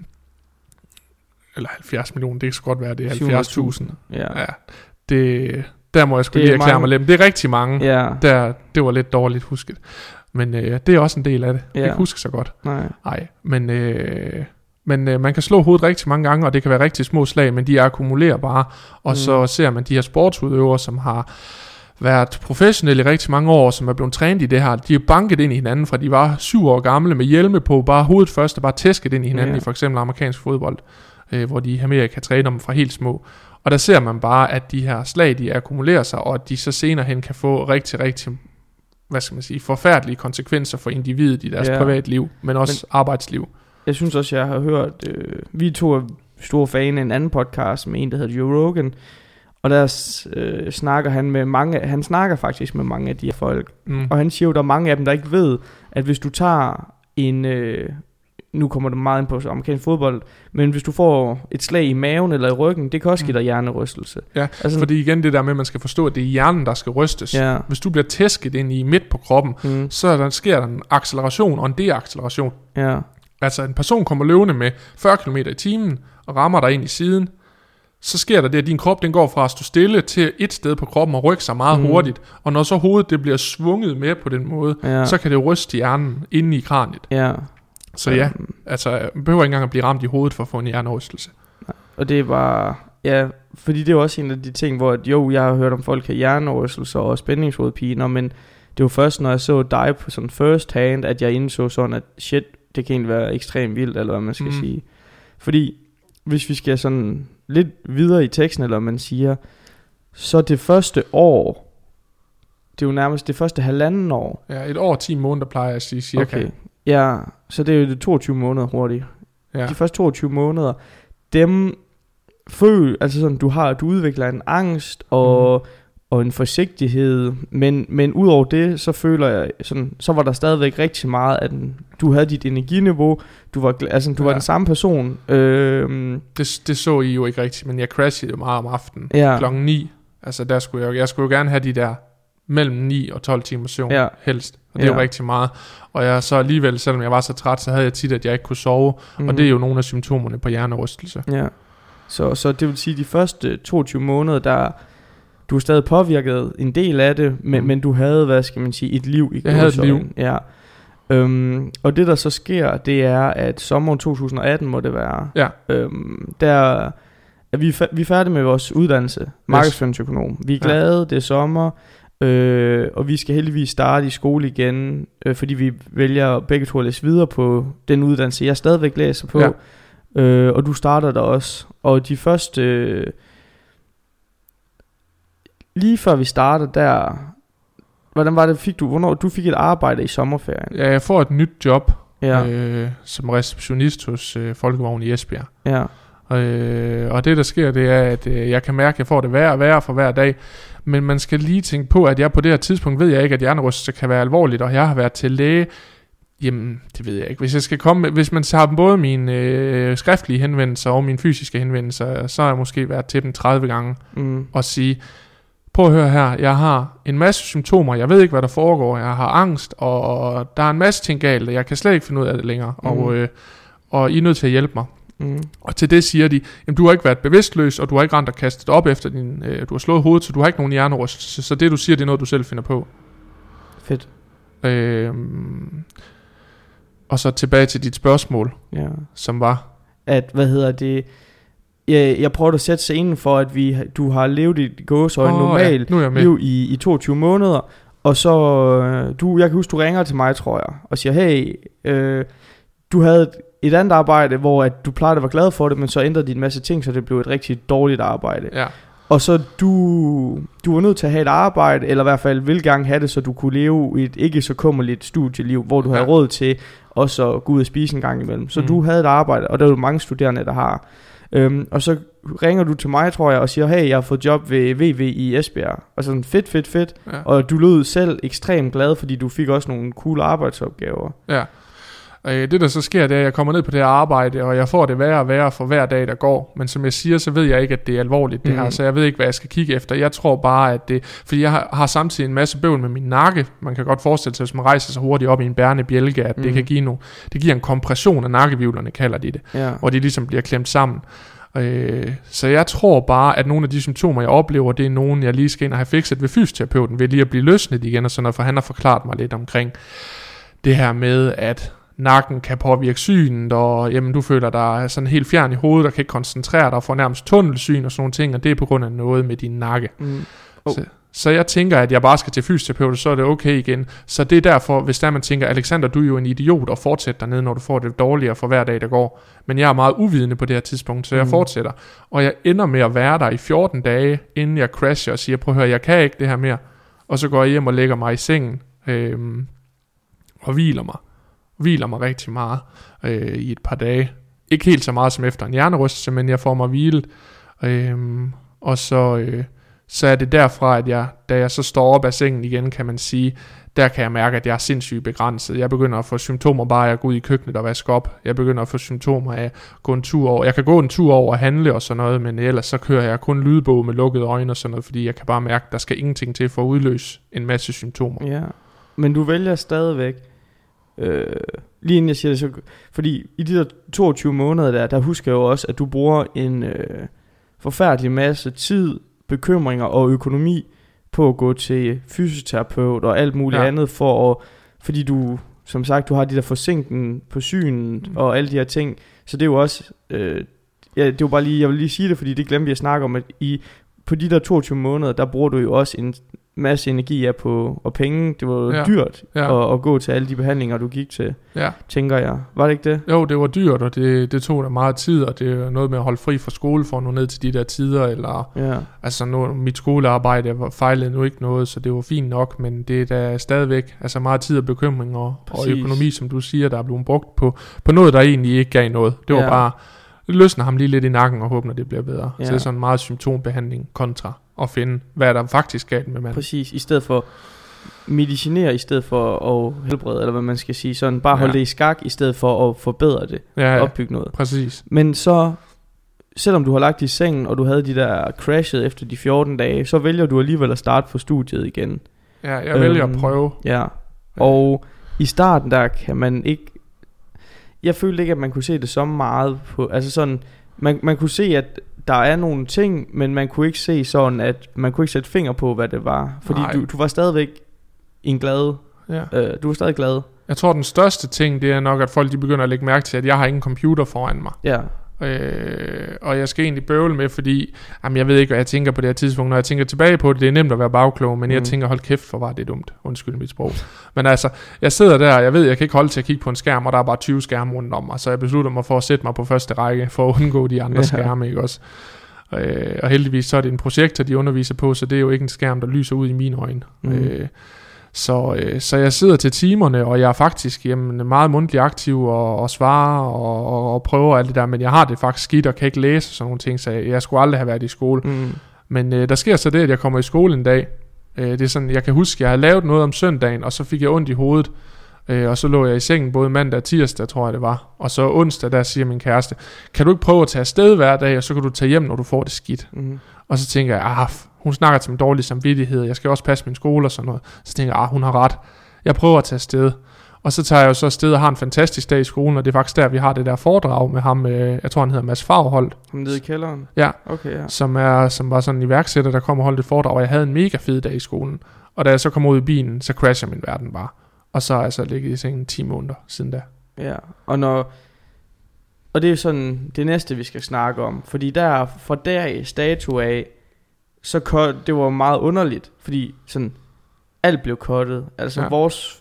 eller halvfjerds millioner, det kan så godt være, det er halvfjerds tusind. Ja. ja. Det, der må jeg sgu lige erklære mange. mig lidt. Det er rigtig mange. Ja. Der, det var lidt dårligt husket. Men øh, det er også en del af det. Ja. Jeg kan ikke huske så godt. Nej. Nej. Men, øh, men øh, man kan slå hovedet rigtig mange gange, og det kan være rigtig små slag, men de akkumulerer bare. Og mm. så ser man de her sportsudøvere, som har været professionelle i rigtig mange år, som er blevet trænet i det her. De er banket ind i hinanden, fra de var syv år gamle med hjelme på, bare hovedet først, og bare tæsket ind i hinanden ja. i for eksempel amerikansk fodbold, øh, hvor de i Amerika træner dem fra helt små. Og der ser man bare, at de her slag, de akkumulerer sig, og at de så senere hen kan få rigtig, rigtig, hvad skal man sige, forfærdelige konsekvenser for individet i deres ja. privatliv, men også men, arbejdsliv. Jeg synes også, jeg har hørt, øh, vi to er store fan af en anden podcast med en, der hedder Joe Rogan, og der øh, snakker han med mange, han snakker faktisk med mange af de her folk, mm. og han siger jo, der er mange af dem, der ikke ved, at hvis du tager en, øh, nu kommer det meget ind på amerikansk fodbold, men hvis du får et slag i maven eller i ryggen, det kan også give dig hjernerystelse. Ja, altså, fordi igen det der med, at man skal forstå, at det er hjernen, der skal rystes. Ja. Hvis du bliver tæsket ind i midt på kroppen, mm. så der, sker der en acceleration og en deacceleration. Ja. Altså en person kommer løbende med fyrre kilometer i timen og rammer dig ind i siden, så sker der det, at din krop den går fra at stå stille til et sted på kroppen og rykke sig meget mm. hurtigt. Og når så hovedet det bliver svunget med på den måde, ja. så kan det ryste hjernen inde i kraniet. Ja. Så ja, altså man behøver ikke engang at blive ramt i hovedet for at få en hjernerystelse. Og det er bare, ja, fordi det er også en af de ting, hvor at, jo, jeg har hørt om folk har hjernerystelser og spændingshovedpiner, men det var først, når jeg så dig på sådan first hand, at jeg indså sådan, at shit, det kan egentlig være ekstremt vildt, eller hvad man skal mm. sige. Fordi hvis vi skal sådan lidt videre i teksten, eller man siger, så det første år, det er jo nærmest det første halvanden år. Ja, et år, ti måneder plejer jeg at sige cirka. Okay. Ja, så det er jo det toogtyve måneder hurtigt. Ja. De første toogtyve måneder, dem føl, altså sådan, du har, du udvikler en angst og, mm. og en forsigtighed, men, men ud over det, så føler jeg sådan, så var der stadigvæk rigtig meget, at du havde dit energiniveau, du var, altså du ja. var den samme person. Øhm, det, det så I jo ikke rigtigt, men jeg crashede jo meget om aftenen, ja. klokken ni. Altså der skulle jeg, jeg skulle jo gerne have de der mellem ni og tolv timer søvn, ja. helst. Og det ja. er jo rigtig meget. Og jeg så alligevel, selvom jeg var så træt, så havde jeg tit, at jeg ikke kunne sove. Mm. Og det er jo nogle af symptomerne på hjernerystelse. Ja. Så, så det vil sige, at de første toogtyve måneder, der du er stadig påvirket en del af det, men, mm. men du havde, hvad skal man sige, et liv i Jeg havde et liv. Ja. Øhm, og det der så sker, det er, at sommeren to tusind og atten må det være, ja. øhm, der er vi, fa- vi er færdige med vores uddannelse, markedsføringsøkonom. Vi er glade, ja. Det er sommer, øh, og vi skal heldigvis starte i skole igen, øh, fordi vi vælger begge to at læse videre på den uddannelse, jeg stadigvæk læser på, ja. øh, og du starter der også. Og de første, øh, lige før vi starter der, hvordan var det, fik du, hvornår du fik et arbejde i sommerferien? Ja, jeg får et nyt job, ja. øh, som receptionist hos øh, Folkevogn i Esbjerg. Ja. Øh, og det der sker, det er, at øh, jeg kan mærke, at jeg får det værre og værre for hver dag. Men man skal lige tænke på, at jeg på det her tidspunkt ved jeg ikke, at hjernerystelse kan være alvorligt, og jeg har været til læge. Jamen, det ved jeg ikke. Hvis jeg skal komme, hvis man har både mine øh, skriftlige henvendelser og mine fysiske henvendelser, så har jeg måske været til dem tredive gange mm. og sige, prøv at høre her, jeg har en masse symptomer, jeg ved ikke, hvad der foregår, jeg har angst, og der er en masse ting galt, og jeg kan slet ikke finde ud af det længere, mm. og, øh, og I er nødt til at hjælpe mig. Mm. Og til det siger de, jamen du har ikke været bevidstløs, og du har ikke rent og kastet op efter din, øh, du har slået hovedet, så du har ikke nogen hjernerystelse, så det du siger, det er noget, du selv finder på. Fedt. Øh, og så tilbage til dit spørgsmål, ja. Som var? At, hvad hedder det, jeg, jeg prøver at sætte scenen for, at vi, du har levet i gåseøjne oh, normalt ja. liv i, i toogtyve måneder, og så, du, jeg kan huske, du ringer til mig, tror jeg, og siger, hey, øh, du havde et andet arbejde, hvor at du plejede at være glad for det, men så ændrede de en masse ting, så det blev et rigtig dårligt arbejde. Ja. Og så du, du var nødt til at have et arbejde, eller i hvert fald vil gerne have det, så du kunne leve et ikke så kummerligt studieliv, hvor du ja. havde råd til også at gå ud og spise en gang imellem. Så mm. du havde et arbejde, og der er jo mange studerende, der har. Øhm, og så ringer du til mig, tror jeg, og siger, hey, jeg har fået job ved V V i Esbjerg. Og sådan, fedt, fedt, fedt. Ja. Og du lød selv ekstremt glad, fordi du fik også nogle cool arbejdsopgaver. Ja. Det der så sker, det er, at jeg kommer ned på det her arbejde, og jeg får det værre og værre for hver dag, der går. Men som jeg siger, så ved jeg ikke, at det er alvorligt det mm. her, så jeg ved ikke, hvad jeg skal kigge efter. Jeg tror bare, at det... Fordi jeg har, har samtidig en masse bøvl med min nakke. Man kan godt forestille sig, hvis man rejser sig hurtigt op i en bærende bjælke, at mm. det kan give nogle... Det giver en kompression af nakkevivlerne, kalder de det. Ja. Hvor de ligesom bliver klemt sammen. Øh, så jeg tror bare, at nogle af de symptomer, jeg oplever, det er nogen, jeg lige skal ind og have fikset ved fysioterapeuten, ved lige at blive løsnet igen, og sådan noget, for han har forklaret mig lidt omkring det her med, at nakken kan påvirke synet, og jamen, du føler dig sådan helt fjern i hovedet, og kan ikke koncentrere dig, og får nærmest tunnelsyn og sådan nogle ting, og det er på grund af noget med din nakke. Mm. Oh. Så, så jeg tænker, at jeg bare skal til fysioterapeut, så er det okay igen. Så det er derfor, hvis der man tænker, Alexander, du er jo en idiot, og fortsætter dernede, når du får det dårligere for hver dag, der går. Men jeg er meget uvidende på det her tidspunkt, så jeg mm. fortsætter. Og jeg ender med at være der i fjorten dage, inden jeg crasher og siger, prøv at høre, jeg kan ikke det her mere. Og så går jeg hjem og lægger mig i sengen, øhm, og hviler mig. Hviler mig rigtig meget øh, i et par dage. Ikke helt så meget som efter en hjernerystelse, men jeg får mig hvilet. Øhm, og så, øh, så er det derfra, at jeg, da jeg så står op af sengen igen, kan man sige, der kan jeg mærke, at jeg er sindssygt begrænset. Jeg begynder at få symptomer bare af at gå ud i køkkenet og vaske op. Jeg begynder at få symptomer af at gå en tur over. Jeg kan gå en tur over og handle og sådan noget, men ellers så kører jeg kun lydbog med lukkede øjne og sådan noget, fordi jeg kan bare mærke, at der skal ingenting til for at udløse en masse symptomer. Ja, men du vælger stadigvæk, øh, lige inden jeg siger det, så, fordi i de der toogtyve måneder der, der husker jeg jo også, at du bruger en øh, forfærdelig masse tid, bekymringer og økonomi på at gå til fysioterapeut og alt muligt ja. andet, for at, fordi du, som sagt, du har de der forsinken på synet mm. og alle de her ting, så det er jo også, øh, ja, det er jo bare lige, jeg vil lige sige det, fordi det glemte vi at snakke om, at i, på de der toogtyve måneder, der bruger du jo også en masse energi af på, og penge, det var jo ja. dyrt ja. At, at gå til alle de behandlinger, du gik til, ja. tænker jeg. Var det ikke det? Jo, det var dyrt, og det, det tog da meget tid, og det er noget med at holde fri fra skole for at nå ned til de der tider, eller, ja. altså nu, mit skolearbejde fejlede nu ikke noget, så det var fint nok, men det er da stadigvæk, altså meget tid og bekymring, og, og økonomi, som du siger, der er blevet brugt på, på noget, der egentlig ikke gav noget. Det var ja. bare, det løsner ham lige lidt i nakken, og håber, at det bliver bedre. Ja. Så det er sådan meget symptombehandling kontra at finde, hvad der faktisk galt med manden. Præcis, i stedet for medicinere, i stedet for at helbrede, eller hvad man skal sige, sådan bare holde ja. det i skak, i stedet for at forbedre det, ja, ja. opbygge noget. Præcis. Men så, selvom du har lagt i sengen, og du havde de der crashet efter de fjorten dage, så vælger du alligevel at starte på studiet igen. Ja, jeg vælger øhm, at prøve. Ja, og i starten der kan man ikke, jeg følte ikke at man kunne se det så meget på, altså sådan, man, man kunne se at der er nogle ting, men man kunne ikke se sådan at, man kunne ikke sætte finger på hvad det var, fordi du, du var stadigvæk en glad, ja. øh, du var stadig glad. Jeg tror den største ting det er nok at folk de begynder at lægge mærke til at jeg har ingen computer foran mig. Ja. Øh, og jeg skal egentlig bøvle med, fordi jamen, jeg ved ikke hvad jeg tænker på det her tidspunkt. Når jeg tænker tilbage på det, det er nemt at være bagklog, men mm. jeg tænker hold kæft for var det dumt. Undskyld mit sprog. Men altså jeg sidder der, jeg ved jeg kan ikke holde til at kigge på en skærm, og der er bare tyve skærme rundt om mig, så jeg beslutter mig for at sætte mig på første række for at undgå de andre ja. skærme, ikke også? øh, Og heldigvis så er det en projektor de underviser på, så det er jo ikke en skærm der lyser ud i mine øjne. mm. øh, Så, øh, så jeg sidder til timerne, og jeg er faktisk jamen, meget mundtlig aktiv og, og svarer og, og, og prøver alt det der, men jeg har det faktisk skidt og kan ikke læse sådan nogle ting, så jeg, jeg skulle aldrig have været i skole. Mm. Men øh, der sker så det, at jeg kommer i skole en dag. Øh, det er sådan, jeg kan huske, jeg havde lavet noget om søndagen, og så fik jeg ondt i hovedet, øh, og så lå jeg i sengen både mandag og tirsdag, tror jeg det var. Og så onsdag, der siger min kæreste, kan du ikke prøve at tage afsted hver dag, og så kan du tage hjem, når du får det skidt. Mm. Og så tænker jeg, ah, hun snakker til min dårlige samvittighed, jeg skal også passe min skole og sådan noget. Så tænker jeg, ah, hun har ret. Jeg prøver at tage afsted. Og så tager jeg jo så afsted og har en fantastisk dag i skolen, og det er faktisk der, vi har det der foredrag med ham, øh, jeg tror han hedder Mads Fagerholt. Ham nede i kælderen? Ja, okay, ja. Som, er, som var sådan en iværksætter, der kom og holdt et foredrag, og jeg havde en mega fed dag i skolen. Og da jeg så kom ud i bilen, så crasher min verden bare. Og så har jeg så ligget i sengen ti måneder siden da. Ja, og når... Og det er sådan det næste, vi skal snakke om. Fordi der, fra der i statue af, så det var meget underligt, fordi sådan alt blev cuttet. Altså ja. vores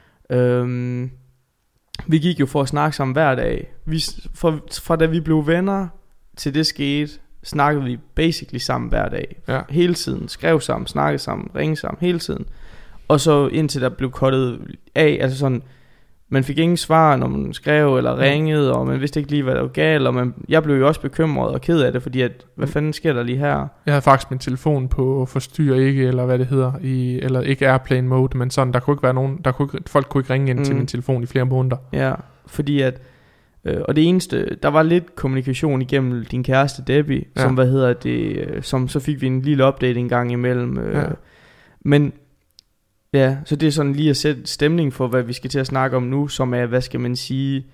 øhm, vi gik jo for at snakke sammen hver dag. Vi, fra, fra da vi blev venner til det skete, snakkede vi basically sammen hver dag. Ja. Hele tiden, skrev sammen, snakkede sammen, ringede sammen, hele tiden. Og så indtil der blev cuttet af, altså sådan, man fik ingen svar, når man skrev eller ringede, og man vidste ikke lige, hvad der var galt, og man, jeg blev jo også bekymret og ked af det, fordi at, hvad fanden sker der lige her? Jeg havde faktisk min telefon på forstyr ikke, eller hvad det hedder, i, eller ikke airplane mode, men sådan, der kunne ikke være nogen, der kunne, folk kunne ikke ringe ind mm. til min telefon i flere måneder. Ja, fordi at, øh, og det eneste, der var lidt kommunikation igennem din kæreste Debbie, ja. som, hvad hedder det, øh, som så fik vi en lille update en gang imellem, øh, ja. men ja, så det er sådan lige at sætte stemning for, hvad vi skal til at snakke om nu, som er, hvad skal man sige,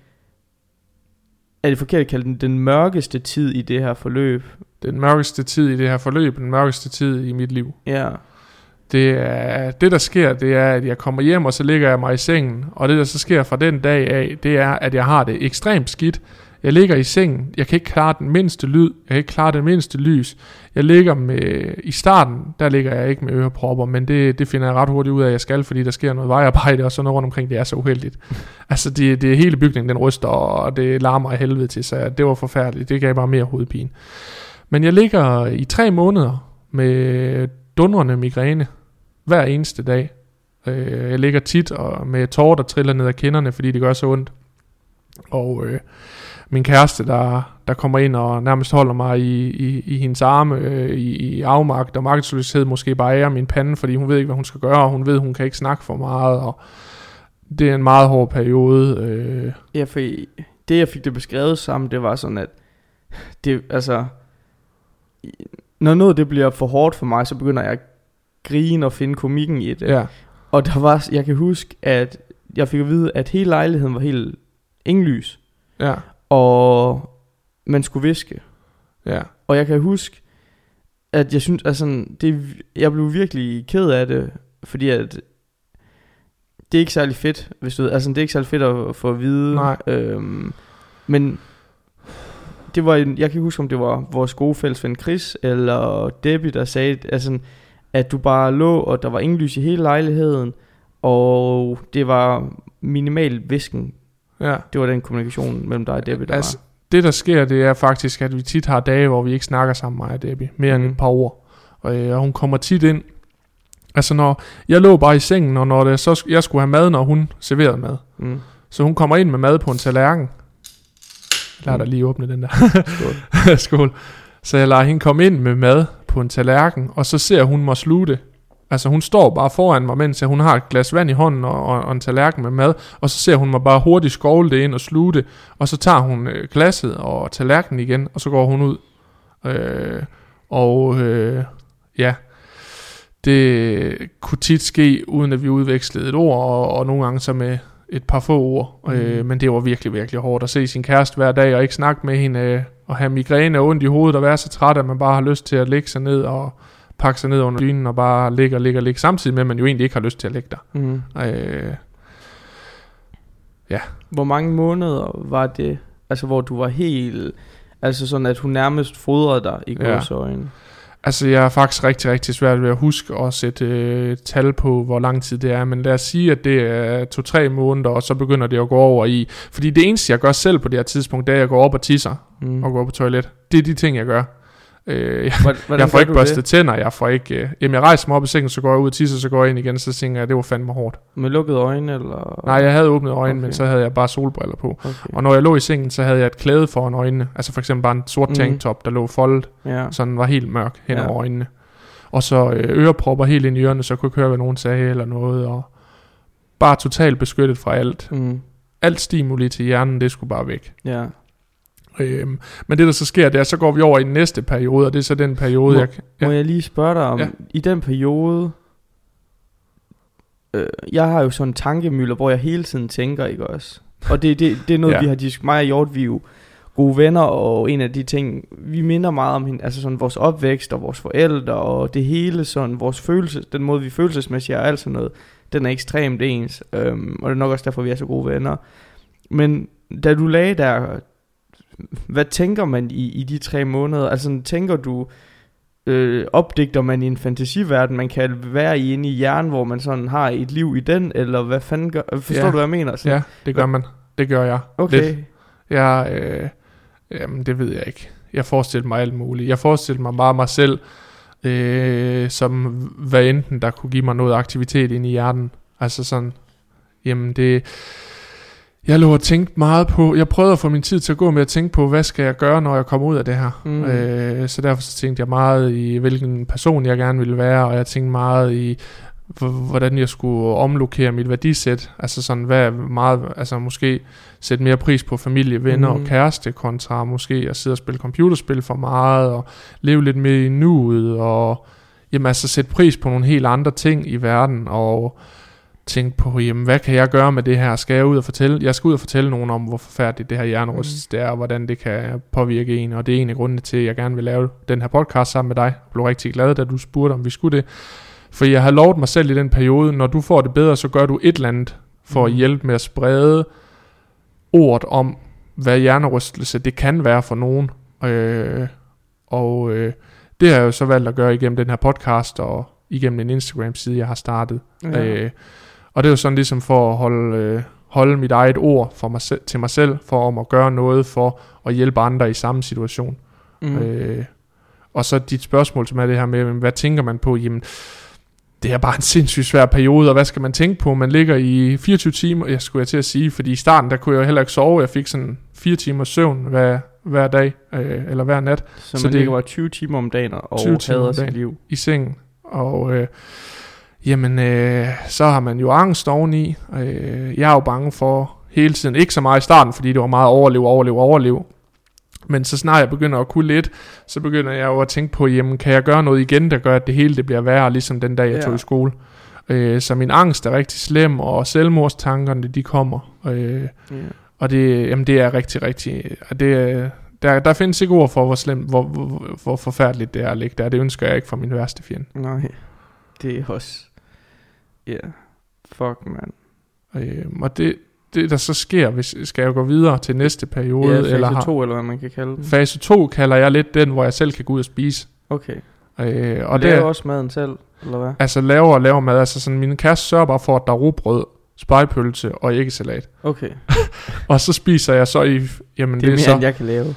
er det forkert at kalde den den mørkeste tid i det her forløb? Den mørkeste tid i det her forløb, den mørkeste tid i mit liv. Ja. Det, er, det der sker, det er, at jeg kommer hjem, og så ligger jeg mig i sengen, og det der så sker fra den dag af, det er, at jeg har det ekstremt skidt. Jeg ligger i sengen, jeg kan ikke klare den mindste lyd, jeg kan ikke klare det mindste lys. Jeg ligger med, i starten, der ligger jeg ikke med ørepropper, men det, det finder jeg ret hurtigt ud af, at jeg skal, fordi der sker noget vejarbejde og sådan noget rundt omkring, det er så uheldigt. Altså det, det hele bygningen, den ryster, og det larmer af helvede til, så det var forfærdeligt, det gav bare mere hovedpine. Men jeg ligger i tre måneder med dundrende migræne, hver eneste dag. Jeg ligger tit og med tårer, der triller ned ad kinderne, fordi det gør så ondt. Og øh, min kæreste, der, der kommer ind og nærmest holder mig i, i, i hendes arme, øh, i, i afmagt og magtesløshed, måske bare ærer min pande, fordi hun ved ikke, hvad hun skal gøre, og hun ved, hun kan ikke snakke for meget, og det er en meget hård periode. Øh. Ja, for det, jeg fik det beskrevet sammen, det var sådan, at det, altså, når noget det bliver for hårdt for mig, så begynder jeg at grine og finde komikken i det. Ja. Og der var, jeg kan huske, at jeg fik at vide, at hele lejligheden var helt ingen lys. Ja. Og man skulle viske. Ja. Og jeg kan huske, at jeg synes, altså, det, jeg blev virkelig ked af det, fordi at det er ikke særlig fedt, hvis du, altså det er ikke særlig fedt at få at vide. Nej. Øhm, men det var, jeg kan ikke huske, om det var vores gode fælles ven Chris eller Debbie, der sagde, altså, at du bare lå, og der var ingen lys i hele lejligheden, og det var minimal visken. Ja. Det var den kommunikation mellem dig og Debbie, der altså, var. Det der sker, det er faktisk, at vi tit har dage, hvor vi ikke snakker sammen med mig og Debbie, mere mm. end et par ord. Og, øh, og hun kommer tit ind. Altså når jeg lå bare i sengen, og når det, så jeg skulle have mad, når hun serverede mad. Mm. Så hun kommer ind med mad på en tallerken. Jeg lader mm. dig lige åbne den der. Skål. Skål. Så jeg lader hende komme ind med mad på en tallerken, og så ser hun mig sluge det. Altså hun står bare foran mig, mens hun har et glas vand i hånden og, og, og en tallerken med mad, og så ser hun mig bare hurtigt skovle det ind og sluge det, og så tager hun øh, glasset og tallerkenen igen, og så går hun ud. Øh, og øh, ja, det kunne tit ske, uden at vi udvekslede et ord, og, og nogle gange så med et par få ord. Mm. Øh, men det var virkelig, virkelig hårdt at se sin kæreste hver dag, og ikke snakke med hende, øh, og have migræne og ondt i hovedet, og være så træt, at man bare har lyst til at lægge sig ned, og pakke sig ned under dynen, og bare ligge og ligge og ligge, samtidig med, at man jo egentlig ikke har lyst til at ligge der. Mm. Øh, ja. Hvor mange måneder var det, altså hvor du var helt, altså sådan, at hun nærmest fodrede dig i gåseøjne? Ja. Altså, jeg er faktisk rigtig, rigtig svært ved at huske at sætte øh, tal på, hvor lang tid det er. Men lad os sige, at det er to-tre måneder, og så begynder det at gå over i... Fordi det eneste, jeg gør selv på det her tidspunkt, det er, at jeg går op og tisser mm. og går på toilet. Det er de ting, jeg gør. Øh, jeg, Hvordan jeg får ikke børstet det? tænder, jeg får ikke... Øh, jamen, jeg rejser mig op i sengen, så går jeg ud og tisser, så går jeg ind igen, så tænker jeg, at det var fandme hårdt. Med lukkede øjne, eller...? Nej, jeg havde åbnet øjnene, okay. Men så havde jeg bare solbriller på. Okay. Og når jeg lå i sengen, så havde jeg et klæde foran øjnene. Altså for eksempel bare en sort tanktop, der lå foldet, ja. Så den var helt mørk hen over ja. øjnene. Og så øh, ørepropper helt ind i ørerne, så jeg kunne ikke høre, hvad nogen sagde eller noget. Og bare totalt beskyttet fra alt. Mm. Alt stimuli til hjernen, det skulle bare væk. Ja. Øhm, men det der så sker, det er, så går vi over i den næste periode, og det er så den periode, må, jeg... Ja. Må jeg lige spørge dig om, ja. I den periode... Øh, jeg har jo sådan en tankemøller, hvor jeg hele tiden tænker, ikke også? Og det, det, det er noget, ja. vi har diskuteret. Mig og Hjort, vi er jo gode venner, og en af de ting, vi minder meget om hende, altså sådan vores opvækst og vores forældre, og det hele sådan, vores følelse, den måde vi følelsesmæssigt er, altså noget, den er ekstremt ens, øhm, og det er nok også derfor, vi er så gode venner. Men da du lagde der, hvad tænker man i, i de tre måneder? Altså tænker du, øh, opdigter man i en fantasiverden, man kan være i inde i hjernen, hvor man sådan har et liv i den, eller hvad fanden gør, forstår ja. du, hvad jeg mener? Sådan, ja, det gør man. Det gør jeg. Okay. Lidt. Jeg, øh, jamen det ved jeg ikke. Jeg forestiller mig alt muligt. Jeg forestiller mig bare mig selv, øh, som hvad enten der kunne give mig noget aktivitet ind i hjernen. Altså sådan, jamen det... Jeg lå og tænkte meget på, jeg prøvede at få min tid til at gå med at tænke på, hvad skal jeg gøre, når jeg kommer ud af det her. Mm. Øh, så derfor så tænkte jeg meget i, hvilken person jeg gerne ville være, og jeg tænkte meget i, hvordan jeg skulle omlokere mit værdisæt. Altså sådan, hvad meget, altså måske sætte mere pris på familie, venner mm. og kæreste, kontra måske at sidde og spille computerspil for meget, og leve lidt mere i nuet, og jamen altså sætte pris på nogle helt andre ting i verden, og tænke på, jamen hvad kan jeg gøre med det her? Skal jeg ud og fortælle? Jeg skal ud og fortælle nogen om, hvor forfærdeligt det her hjernerystelse mm. er, og hvordan det kan påvirke en, og det er en af grundene til, at jeg gerne vil lave den her podcast sammen med dig. Jeg blev rigtig glad, da du spurgte, om vi skulle det. For jeg har lovet mig selv i den periode, når du får det bedre, så gør du et eller andet for mm. at hjælpe med at sprede ordet om, hvad hjernerystelse det kan være for nogen. Øh, og øh, det har jeg jo så valgt at gøre igennem den her podcast, og igennem en Instagram-side, jeg har startet. Ja. Øh, og det er jo sådan ligesom for at holde, øh, holde mit eget ord for mig se- til mig selv, for om at gøre noget for at hjælpe andre i samme situation. Mm. Øh, og så dit spørgsmål, som er det her med, hvad tænker man på? Jamen, det er bare en sindssygt svær periode, og hvad skal man tænke på? Man ligger i fireogtyve timer, jeg skulle jeg til at sige, fordi i starten, der kunne jeg jo heller ikke sove. Jeg fik sådan fire timer søvn hver, hver dag, øh, eller hver nat. Så, så man ligger bare tyve timer om dagen og hader sit liv i sengen. Og øh, jamen, øh, så har man jo angst oveni. Øh, jeg er jo bange for hele tiden, ikke så meget i starten, fordi det var meget overleve, overleve, overleve. Men så snart jeg begynder at kunne lidt, så begynder jeg jo at tænke på, jamen kan jeg gøre noget igen, der gør, at det hele det bliver værre, ligesom den dag jeg ja. tog i skole. Øh, så min angst er rigtig slem, og selvmordstankerne, de kommer. Øh, ja. Og det, jamen, det er rigtig, rigtig... Det, der, der findes ikke ord for, hvor slemt, hvor, hvor, hvor forfærdeligt det er at ligge der. Det ønsker jeg ikke for min værste fjende. Nej, det er også... Ja, yeah. Fuck, man. Øh, og det... Det der så sker, hvis skal jeg gå videre til næste periode, ja, fase eller to, eller hvad man kan kalde den. Fase to kalder jeg lidt den, hvor jeg selv kan gå ud og spise. Okay. Øh, og det er også maden selv, eller hvad? Altså laver og laver mad. Altså sådan, min kæreste sørger bare for, at der er rugbrød, spegepølse og æggesalat. Okay. Og så spiser jeg så i... Jamen, det er det mere, så, end jeg kan lave.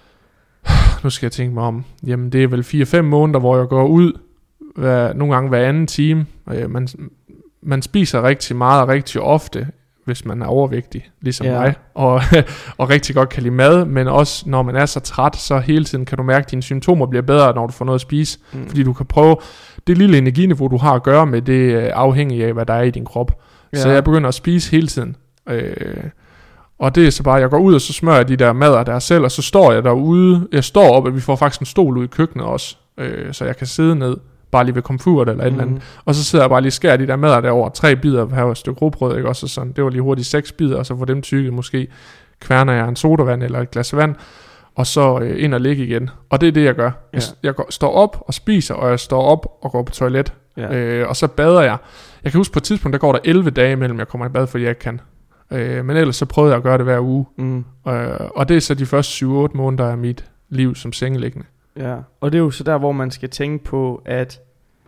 Nu skal jeg tænke mig om. Jamen, det er vel fire fem måneder, hvor jeg går ud, hver, nogle gange hver anden time. Øh, man, man spiser rigtig meget og rigtig ofte, hvis man er overvægtig, ligesom ja. mig, og, og rigtig godt kan lide mad, men også når man er så træt, så hele tiden kan du mærke, at dine symptomer bliver bedre, når du får noget at spise, mm. fordi du kan prøve, det lille energiniveau, du har at gøre med, det er afhængig af, hvad der er i din krop. Ja. Så jeg begynder at spise hele tiden, øh, og det er så bare, jeg går ud, og så smører jeg de der madder der selv, og så står jeg derude, jeg står op, og vi får faktisk en stol ud i køkkenet også, øh, så jeg kan sidde ned bare lige ved komfurt eller et Mhm. eller andet. Og så sidder jeg bare lige og skærer de der madder derover, tre bidder per stykke rugbrød, ikke også, og sådan, det var lige hurtigt seks bidder, og så for dem tykket måske kværner jeg en sodavand eller et glas vand, og så øh, ind og ligge igen. Og det er det, jeg gør. Jeg, Ja. jeg går, står op og spiser, og jeg står op og går på toilet, Ja. øh, og så bader jeg. Jeg kan huske på et tidspunkt, der går der elleve dage mellem jeg kommer i bad, fordi jeg ikke kan. Øh, men ellers så prøvede jeg at gøre det hver uge. Mm. Øh, og det er så de første syv otte måneder af mit liv som sengeliggende. Ja, og det er jo så der, hvor man skal tænke på, at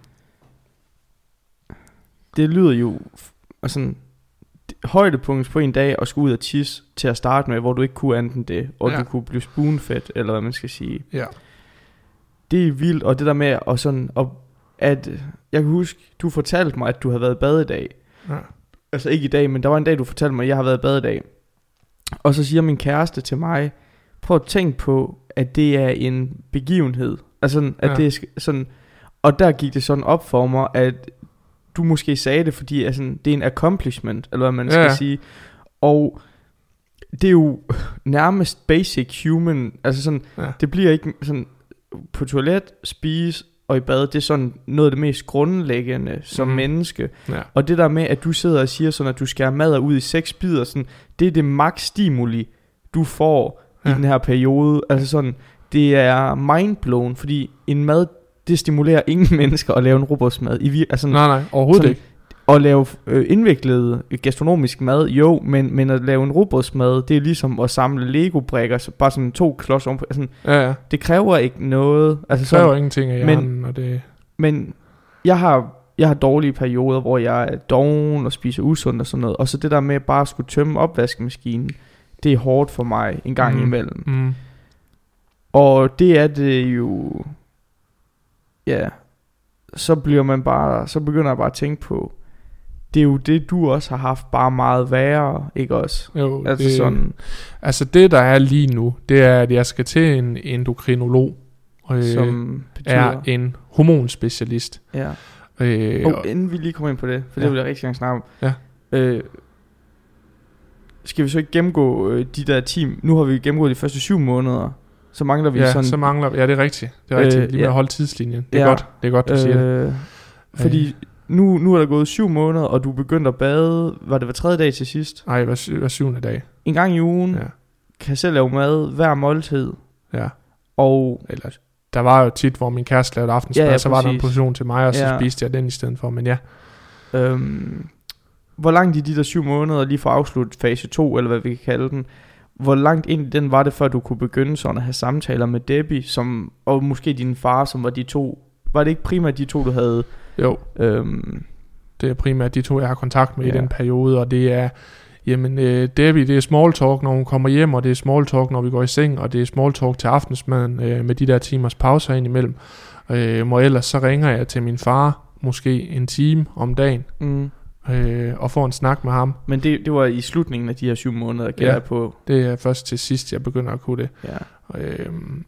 det lyder jo f- altså, højdepunkt på en dag at skulle ud og tisse til at starte med, hvor du ikke kunne andet end det, og Ja. du kunne blive spoonfed, eller hvad man skal sige. Ja. Det er vildt, og det der med at sådan, og at, jeg kan huske, du fortalte mig, at du havde været i bad i dag. Ja. Altså ikke i dag, men der var en dag, du fortalte mig, at jeg har været i bad i dag. Og så siger min kæreste til mig, prøv at tænke på, at det er en begivenhed. Altså sådan, at Ja. det er sk- sådan, og der gik det sådan op for mig, at du måske sagde det, fordi altså, det er en accomplishment, eller hvad man Ja, skal ja. sige. Og det er jo nærmest basic human, altså sådan, Ja. det bliver ikke sådan, på toilet, spise og i bad, det er sådan noget af det mest grundlæggende som Mhm. menneske. Ja. Og det der med, at du sidder og siger sådan, at du skærer mad ud i seks bidder, sådan, det er det max stimuli, du får ja. Ja. i den her periode. Altså sådan, det er mindblown, fordi en mad, det stimulerer ingen mennesker at lave en robotsmad. I vir- altså, Nej, nej, overhovedet sådan, ikke. at lave øh, indviklet gastronomisk mad, jo, men, men at lave en robotsmad, det er ligesom at samle Lego-brikker, så bare sådan to klodser ovenpå. Altså, Ja, ja. det kræver ikke noget. Altså Det kræver sådan, ingenting af men- hjernen, og det... men jeg har, jeg har dårlige perioder, hvor jeg er doven og spiser usundt og sådan noget. Og så det der med bare at skulle tømme opvaskemaskinen, det er hårdt for mig en gang Mm. imellem. Mm. Og det er det jo, ja, så bliver man bare, så begynder jeg bare at tænke på, det er jo det, du også har haft bare meget værre, ikke også? Jo, Altså det, sådan, altså det, der er lige nu, det er, at jeg skal til en endokrinolog, øh, som betyder, er en hormonspecialist. ja. Øh, Og inden vi lige kommer ind på det, for Ja. det vil jeg rigtig gerne snakke om. Ja. Øh, skal vi så ikke gennemgå øh, de der team? Nu har vi gennemgået de første syv måneder. Så mangler vi ja, sådan... så mangler... Ja, det er rigtigt. Det er rigtigt. Øh, Lige med ja. at holde tidslinjen. Det er Ja. godt. Det er godt, du øh, siger det. øh, fordi nu, nu er der gået syv måneder, og du er begyndt at bade. Var det hver tredje dag til sidst? Nej, hver, sy- hver syvende dag. En gang i ugen. Ja. Kan selv lave mad hver måltid. Ja. Og Eller, der var jo tit, hvor min kæreste lavede aftensmad, Ja, ja, så var der en præcis. portion til mig, og så Ja. spiste jeg den i stedet for. Men ja, øhm, hvor langt i de der syv måneder, lige for at afslutte fase to, eller hvad vi kan kalde den, hvor langt ind i den var det, før du kunne begynde sådan at have samtaler med Debbie, som, og måske din far, som var de to, var det ikke primært de to, du havde? jo, Øhm, det er primært de to, jeg har kontakt med ja. i Ja. den periode, og det er, jamen, øh, Debbie, det er small talk, når hun kommer hjem, og det er small talk, når vi går i seng, og det er small talk til aftensmaden, øh, med de der timers pauser indimellem. Øh, må ellers så ringer jeg til min far, måske en time om dagen, mm. øh, og får en snak med ham. Men det, det var i slutningen af de her syv måneder, gætter Ja. jeg på. Det er først til sidst, jeg begynder at kunne det. Ja. Øhm,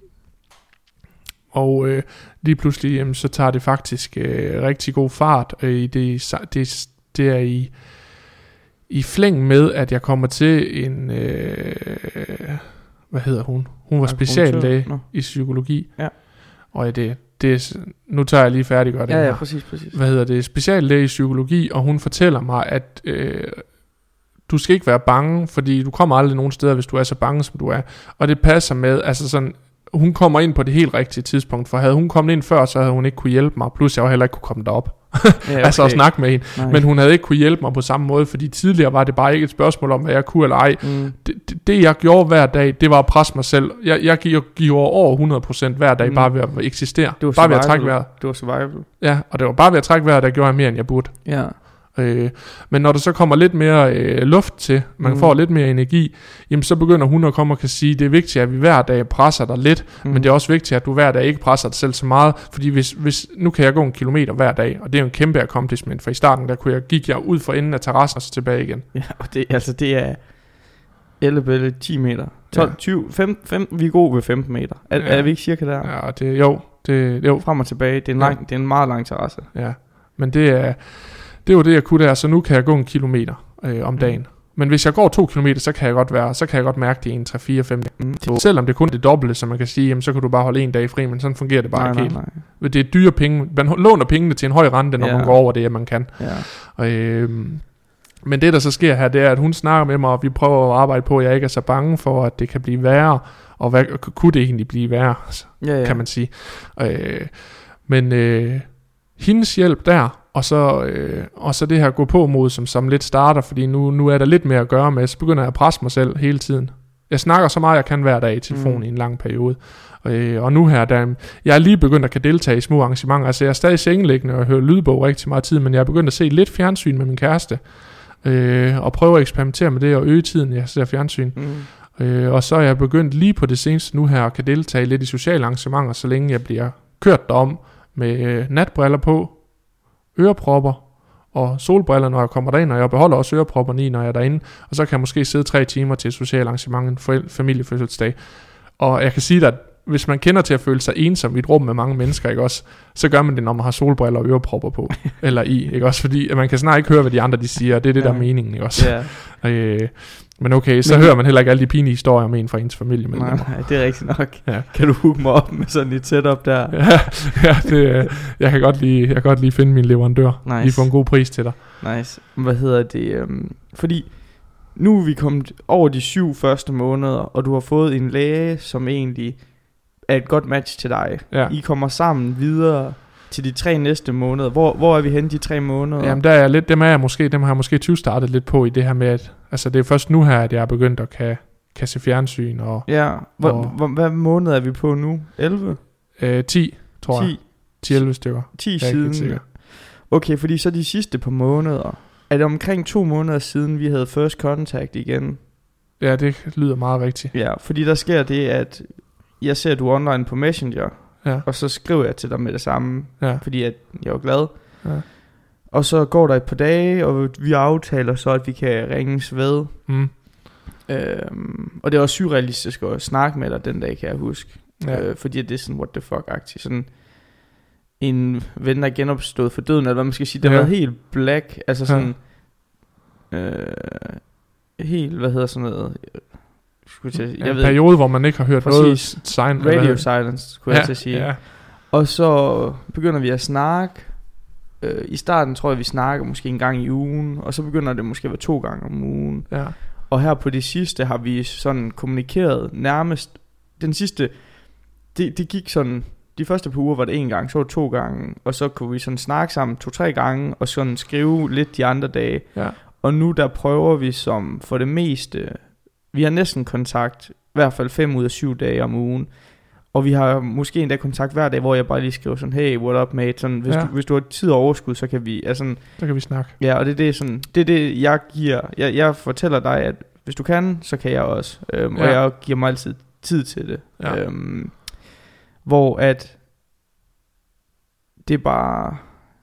og øh, lige pludselig, jamen, så tager det faktisk øh, rigtig god fart. Øh, i det, det, det er i, i flæng med, at jeg kommer til en, øh, hvad hedder hun? Hun var speciallæge Nå. i psykologi. Ja. Og det, det er, nu tager jeg lige færdig det Ja, ja, her. præcis, præcis. Hvad hedder det? Speciallæge i psykologi, og hun fortæller mig, at øh, du skal ikke være bange, fordi du kommer aldrig nogen steder, hvis du er så bange, som du er. Og det passer med, altså sådan, hun kommer ind på det helt rigtige tidspunkt, for havde hun kommet ind før, så havde hun ikke kunne hjælpe mig, plus jeg heller ikke kunne komme derop. Ja, okay. Altså at snakke med hende. Nej. Men hun havde ikke kunne hjælpe mig på samme måde, fordi tidligere var det bare ikke et spørgsmål om, hvad jeg kunne eller ej. Mm. Det, det, det jeg gjorde hver dag, det var at presse mig selv. Jeg, jeg gjorde over hundrede procent hver dag, Mm. bare ved at eksistere. Det var Bare ved at survival. trække vejret. Det var survival. Ja, og det var bare ved at trække vejret, der gjorde jeg mere, end jeg burde. Ja. Øh, men når der så kommer lidt mere øh, luft til, man Mm. mm. får lidt mere energi, jamen så begynder hun at komme og kan sige, det er vigtigt, at vi hver dag presser dig lidt, Mm. mm. men det er også vigtigt, at du hver dag ikke presser dig selv så meget, fordi hvis, hvis nu kan jeg gå en kilometer hver dag, og det er jo en kæmpe accomplishment, for i starten der kunne jeg, gik jeg ud for enden af terrassen og så tilbage igen. Ja, og det, altså det er ellebælle ti meter. tolv, Ja. tyve, femten, femten, vi er gode ved femten meter. Er, Ja. er vi ikke cirka der? Ja, og det, jo, det, jo, Frem og tilbage. Det er en, Ja. lang, det er en meget lang terrasse. ja, men det er, det var det jeg kunne der, så nu kan jeg gå en kilometer øh, om Mm. dagen, Men hvis jeg går to kilometer, så kan jeg godt være, så kan jeg godt mærke det i en tre fire fem Mm. Selvom det kun er det dobbelte, så man kan sige, jamen, så kan du bare holde en dag fri, men sådan fungerer det bare Nej, ikke nej, helt. nej. Det er dyre penge. Man låner pengene til en høj rente, når Ja. man går over det, man kan. Ja. Og, øh, men det, der så sker her, det er, at hun snakker med mig, og vi prøver at arbejde på, at jeg ikke er så bange for, at det kan blive værre. Og hvad kunne det egentlig blive værre, Ja, ja. kan man sige. Øh, men øh, hendes hjælp der, og så, øh, og så det her gå på mod, som, som lidt starter, fordi nu, nu er der lidt mere at gøre med, så begynder jeg at presse mig selv hele tiden. Jeg snakker så meget, jeg kan hver dag i telefonen mm. i en lang periode. Øh, og nu her, der, jeg er lige begyndt at kan deltage i små arrangementer. Altså jeg er stadig sengeliggende og hører lydbog rigtig meget tid, men jeg er begyndt at se lidt fjernsyn med min kæreste. Øh, og prøve at eksperimentere med det og øge tiden, jeg ser fjernsyn. Mm. Øh, og så er jeg begyndt lige på det seneste nu her, at kan deltage lidt i sociale arrangementer, så længe jeg bliver kørt derom med øh, natbriller på, ørepropper og solbriller, når jeg kommer derind, og jeg beholder også ørepropperne i, når jeg er derinde, og så kan jeg måske sidde tre timer til et socialt arrangement, en foræl- familiefødselsdag. Og jeg kan sige dig, at hvis man kender til at føle sig ensom i et rum med mange mennesker, ikke også, så gør man det, når man har solbriller og ørepropper på, eller i, ikke også, fordi at man kan snart ikke høre, hvad de andre de siger, og det er det, der er meningen, ikke også. Yeah. øh, men okay, så men, hører man heller ikke alle de pinlige historier om en fra ens familie. Nej, nej, det er rigtigt nok. Ja. Kan du hooke mig op med sådan et setup der? ja, ja det, jeg kan godt lige, jeg kan godt lige finde min leverandør, nice. Lige få en god pris til dig. Nice. Hvad hedder det? Um, fordi nu er vi kommet over de syv første måneder, og du har fået en læge, som egentlig er et godt match til dig. Ja. I kommer sammen videre til de tre næste måneder. Hvor, hvor er vi henne de tre måneder? Jamen der er lidt, dem er jeg måske, dem har jeg måske tyve startet lidt på i det her med, at altså det er først nu her, at jeg er begyndt at kan, kan se fjernsyn og... Ja, hvor, og, hvor, hvad måned er vi på nu? elleve? Øh, ti, tror ti. jeg. ti elleve stykker. ti siden. Okay, fordi så de sidste par måneder, er det omkring to måneder siden, vi havde first contact igen? Ja, det lyder meget rigtigt. Ja, fordi der sker det, at jeg ser, at du er online på Messenger, ja. Og så skriver jeg til dig med det samme, ja. Fordi at jeg er glad. Ja. Og så går der et par dage, og vi aftaler så, at vi kan ringes ved. Mm. Øhm, og det er også surrealistisk at snakke med dig den dag, kan jeg huske. Ja. Øh, fordi det er sådan, what the fuck-agtigt. Sådan en ven, der er genopstået for døden, eller hvad man skal sige. Det har ja. været helt black, altså sådan... Ja. Øh, helt, hvad hedder sådan noget... Jeg ja, jeg en ved, periode, hvor man ikke har hørt præcis, noget sign. Radio silence, skulle ja, jeg til at sige. Ja. Og så begynder vi at snakke. øh, I starten tror jeg, vi snakker måske en gang i ugen, og så begynder det måske at være to gange om ugen. Ja. Og her på det sidste har vi sådan kommunikeret nærmest. Den sidste, det, det gik sådan, de første par uger var det en gang, så var det to gange, og så kunne vi sådan snakke sammen to-tre gange, og sådan skrive lidt de andre dage. Ja. Og nu der prøver vi som for det meste, vi har næsten kontakt, i hvert fald fem ud af syv dage om ugen. Og vi har måske endda kontakt hver dag, hvor jeg bare lige skriver sådan, hey, what up mate, sådan, hvis, ja. du, hvis du har tid og overskud, så kan vi, altså, så kan vi snakke. Ja, og det er det, sådan, det, er det jeg giver, jeg, jeg fortæller dig, at hvis du kan, så kan jeg også, øhm, ja. Og jeg giver mig altid tid til det. Ja. Øhm, hvor at, det er bare,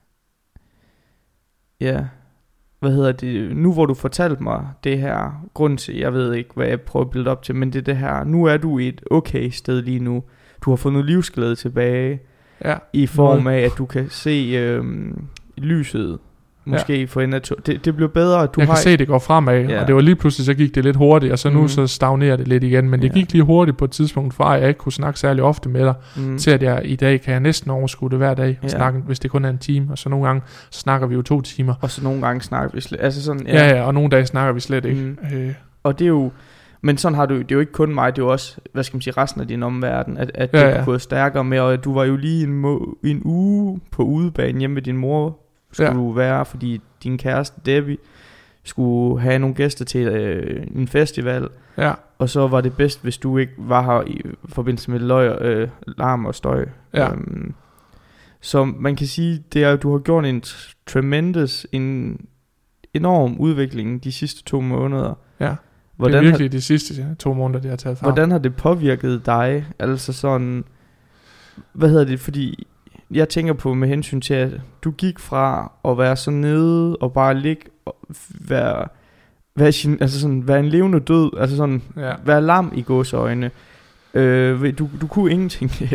ja, hvad hedder det, nu hvor du fortalte mig det her, grund til, jeg ved ikke, hvad jeg prøver at bilde op til, men det er det her, nu er du i et okay sted lige nu, du har fundet livsglæde tilbage, ja. I form af, at du kan se øhm, lyset, måske ja. For en natur, det, det bliver bedre, at du jeg har... kan se, det går fremad, ja. Og det var lige pludselig, så gik det lidt hurtigt, og så nu mm. så stagnerer det lidt igen, men det ja. Gik lige hurtigt på et tidspunkt, fra at jeg ikke kunne snakke særlig ofte med dig, mm. til at jeg i dag kan jeg næsten overskue det hver dag, og ja. Snakke, hvis det kun er en time, og så nogle gange så snakker vi jo to timer. Og så nogle gange snakker vi slet, altså sådan... Ja, ja, ja og nogle dage snakker vi slet ikke. Mm. Øh. Og det er jo... Men sådan har du, det er jo ikke kun mig, det er jo også, hvad skal man sige, resten af din omverden, at, at ja, det ja. er gået stærkere med, og du var jo lige en, må, en uge på udebane hjemme med din mor, skulle ja. Du være, fordi din kæreste Debbie skulle have nogle gæster til øh, en festival, ja. Og så var det bedst, hvis du ikke var her i forbindelse med løg, øh, larm og støj. Ja. Øhm, så man kan sige, det er, at du har gjort en tremendous, en enorm udvikling de sidste to måneder. Ja. Hvordan det er virkelig har, de sidste to måneder, det har taget fra. Hvordan har det påvirket dig? Altså sådan, hvad hedder det, fordi jeg tænker på med hensyn til, at du gik fra at være så nede og bare ligge og være, være, sin, altså sådan, være en levende død, altså sådan, ja. Være lam i gåseøjne. Øh, du, du kunne ingenting.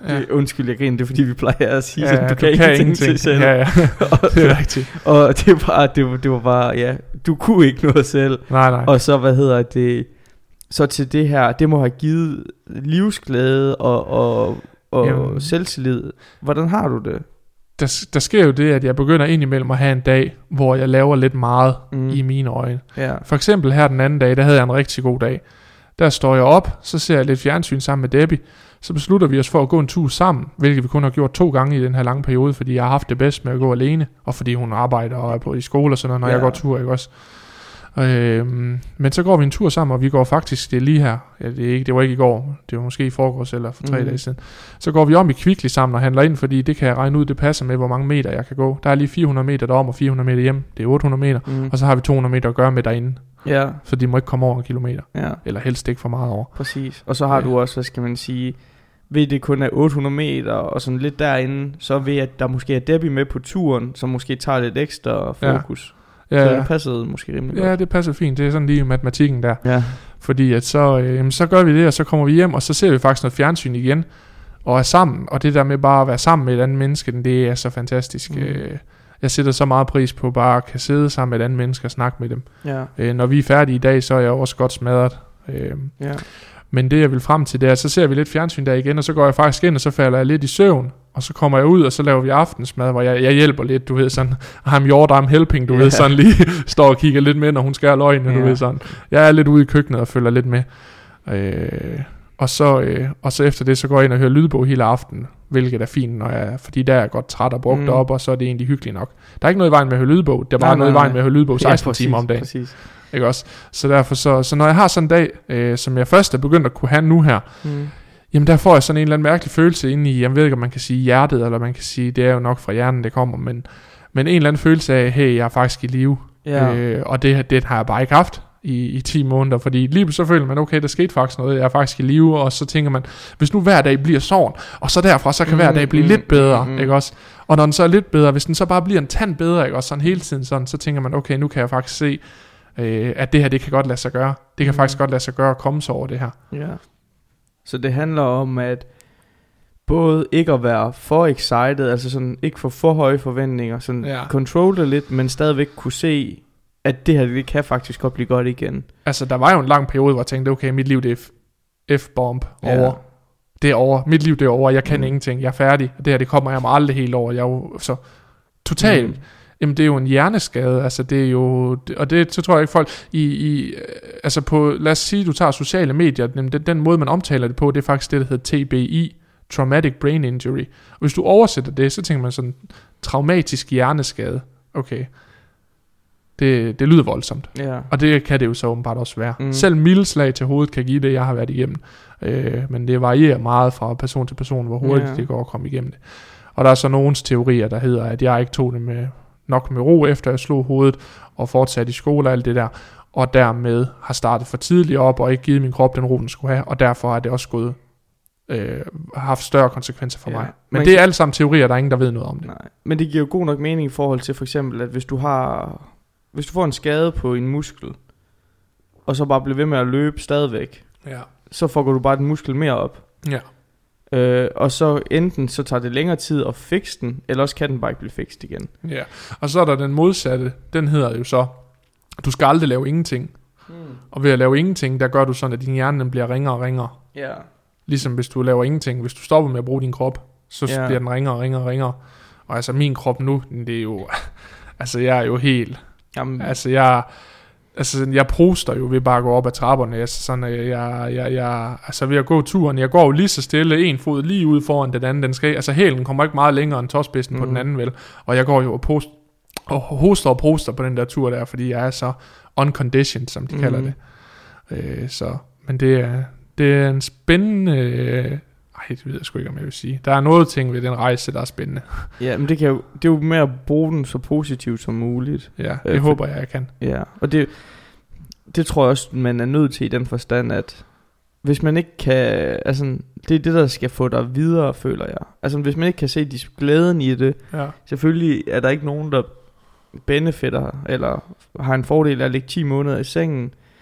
Ja. Det, undskyld, jeg griner, det er fordi, vi plejer at sige, ja, at du, du kan, kan ingenting, ingenting til selv. Ja, ja. Det er rigtigt. Og det var, bare, det, var, det var bare, ja, du kunne ikke noget selv. Nej, nej. Og så, hvad hedder det, så til det her, det må have givet livsglæde og, og, og selvtillid. Hvordan har du det? Der, der sker jo det, at jeg begynder indimellem at have en dag, hvor jeg laver lidt meget mm. i mine øjne. Ja. For eksempel her den anden dag, der havde jeg en rigtig god dag. Der står jeg op, så ser jeg lidt fjernsyn sammen med Debbie. Så beslutter vi os for at gå en tur sammen, hvilket vi kun har gjort to gange i den her lange periode, fordi jeg har haft det bedst med at gå alene, og fordi hun arbejder og er på i skole og sådan noget, når ja. jeg går tur, ikke også? Øhm, men så går vi en tur sammen, og vi går faktisk, det er lige her, ja, det, er ikke, det var ikke i går, det var måske i forgårs eller for tre mm. dage siden, så går vi om i Kvickly sammen og handler ind, fordi det kan jeg regne ud, det passer med, hvor mange meter jeg kan gå. Der er lige fire hundrede meter derom og fire hundrede meter hjem, det er otte hundrede meter, mm. og så har vi to hundrede meter at gøre med derinde. Ja. Så de må ikke komme over en kilometer, ja. eller helst ikke for meget over. Præcis, og så har ja. du også, hvad skal man sige, ved det kun er otte hundrede meter og sådan lidt derinde, så ved at der måske er Debbie med på turen, som måske tager lidt ekstra fokus. Ja. Ja, så det passede måske rimelig godt. Ja, det passer fint. Det er sådan lige matematikken der. Ja. Fordi at så, øh, så gør vi det, og så kommer vi hjem, og så ser vi faktisk noget fjernsyn igen, og er sammen. Og det der med bare at være sammen med et andet menneske, det er så fantastisk. Mm. Jeg sætter så meget pris på bare at kan sidde sammen med et andet menneske og snakke med dem. Ja. Øh, når vi er færdige i dag, så er jeg også godt smadret. Øh, ja. Men det jeg vil frem til, det er, så ser vi lidt fjernsyn der igen, og så går jeg faktisk ind, og så falder jeg lidt i søvn, og så kommer jeg ud, og så laver vi aftensmad, hvor jeg, jeg hjælper lidt, du ved sådan, I'm your damn helping, du yeah. ved sådan lige, står og kigger lidt med, når hun skærer løgene, yeah. du ved sådan. Jeg er lidt ude i køkkenet og følger lidt med. Øh, og, så, øh, og så efter det, så går jeg ind og hører lydbog hele aftenen, hvilket er fint, når jeg, fordi der er jeg godt træt og brugt mm. op, og så er det egentlig hyggeligt nok. Der er ikke noget i vejen med at høre lydbog, der er bare nej, noget nej, i vejen med at høre lydbog seksten ja, præcis, timer om dagen. Præcis. Ikke også? Så derfor så, så når jeg har sådan en dag, øh, som jeg først er begyndt at kunne have nu her, mm. jamen der får jeg sådan en eller anden mærkelig følelse inde i, jeg ved ikke om man kan sige hjertet, eller man kan sige, det er jo nok fra hjernen det kommer, men, men en eller anden følelse af, hey, jeg er faktisk i live, ja. øh, og det, det har jeg bare ikke haft i, i ti måneder, fordi lige så føler man, okay, der skete faktisk noget, jeg er faktisk i live, og så tænker man, hvis nu hver dag bliver sådan, og så derfra, så kan mm, hver dag blive mm, lidt bedre, mm, ikke også? Og når den så er lidt bedre, hvis den så bare bliver en tand bedre, ikke også, sådan hele tiden sådan, så tænker man, okay, nu kan jeg faktisk se, øh, at det her, det kan godt lade sig gøre. Det kan mm. faktisk godt lade sig gøre at komme så over det her. Ja. Så det handler om, at både ikke at være for excited, altså sådan ikke få for høje forventninger, sådan ja. control det lidt, men stadigvæk kunne se, at det her, det kan faktisk godt blive godt igen. Altså, der var jo en lang periode, hvor jeg tænkte, okay, mit liv, det er f- F-bomb over. Ja. Det er over. Mit liv, det er over. Jeg kan mm. ingenting. Jeg er færdig. Det her, det kommer jeg mig aldrig helt over. Jeg er jo så totalt... Mm. Jamen, det er jo en hjerneskade. Altså, det er jo... Og det, så tror jeg ikke folk... I, i, altså, på... Lad os sige, du tager sociale medier. Den, den måde, man omtaler det på, det er faktisk det, der hedder T B I. Traumatic Brain Injury. Og hvis du oversætter det, så tænker man sådan... Traumatisk hjerneskade. Okay. Det, det lyder voldsomt. Ja. Og det kan det jo så åbenbart også være. Mm. Selv milde slag til hovedet kan give det, jeg har været igennem. Øh, men det varierer meget fra person til person, hvor hurtigt yeah. det går at komme igennem det. Og der er så nogens teorier, der hedder, at jeg ikke tog det med, nok med ro, efter jeg slog hovedet, og fortsatte i skole og alt det der, og dermed har startet for tidligt op, og ikke givet min krop den ro, den skulle have, og derfor har det også gået, øh, haft større konsekvenser for ja. mig. Men Man det er kan... alle sammen teorier, der er ingen, der ved noget om det. Nej. Men det giver jo god nok mening i forhold til for eksempel, at hvis du har... Hvis du får en skade på en muskel, og så bare bliver ved med at løbe stadigvæk, ja. så får du bare den muskel mere op. Ja. Øh, og så enten så tager det længere tid at fikse den, eller også kan den bare ikke blive fikset igen. Ja. Og så er der den modsatte, den hedder jo så, du skal aldrig lave ingenting. Hmm. Og ved at lave ingenting, der gør du sådan, at din hjerne den bliver ringere og ringere. Ja. Ligesom hvis du laver ingenting. Hvis du stopper med at bruge din krop, så ja. bliver den ringere og ringere og ringere. Og altså min krop nu, det er jo... altså jeg er jo helt... Jamen. Altså jeg altså jeg proster jo ved bare at gå op ad trapperne. Altså sådan jeg jeg jeg, jeg altså ved at gå turen, jeg går jo lige så stille, en fod lige ud foran den anden, den skal altså hælen kommer ikke meget længere end tåspidsen mm. på den anden vel. Og jeg går jo og post og hoster og proster på den der tur der, fordi jeg er så unconditioned, som de mm. kalder det. Øh, så men det er det er en spændende øh, ej, det ved jeg sgu ikke, om jeg vil sige. Der er noget ting ved den rejse, der er spændende. Ja, men det, kan jo, det er jo med at bruge den så positivt som muligt. Ja, det øh, håber jeg, jeg kan. Ja, og det, det tror jeg også, man er nødt til i den forstand, at hvis man ikke kan... Altså, det er det, der skal få dig videre, føler jeg. Altså, hvis man ikke kan se de glæden i det, ja. Selvfølgelig er der ikke nogen, der benefitter, eller har en fordel af at ligge ti måneder i sengen,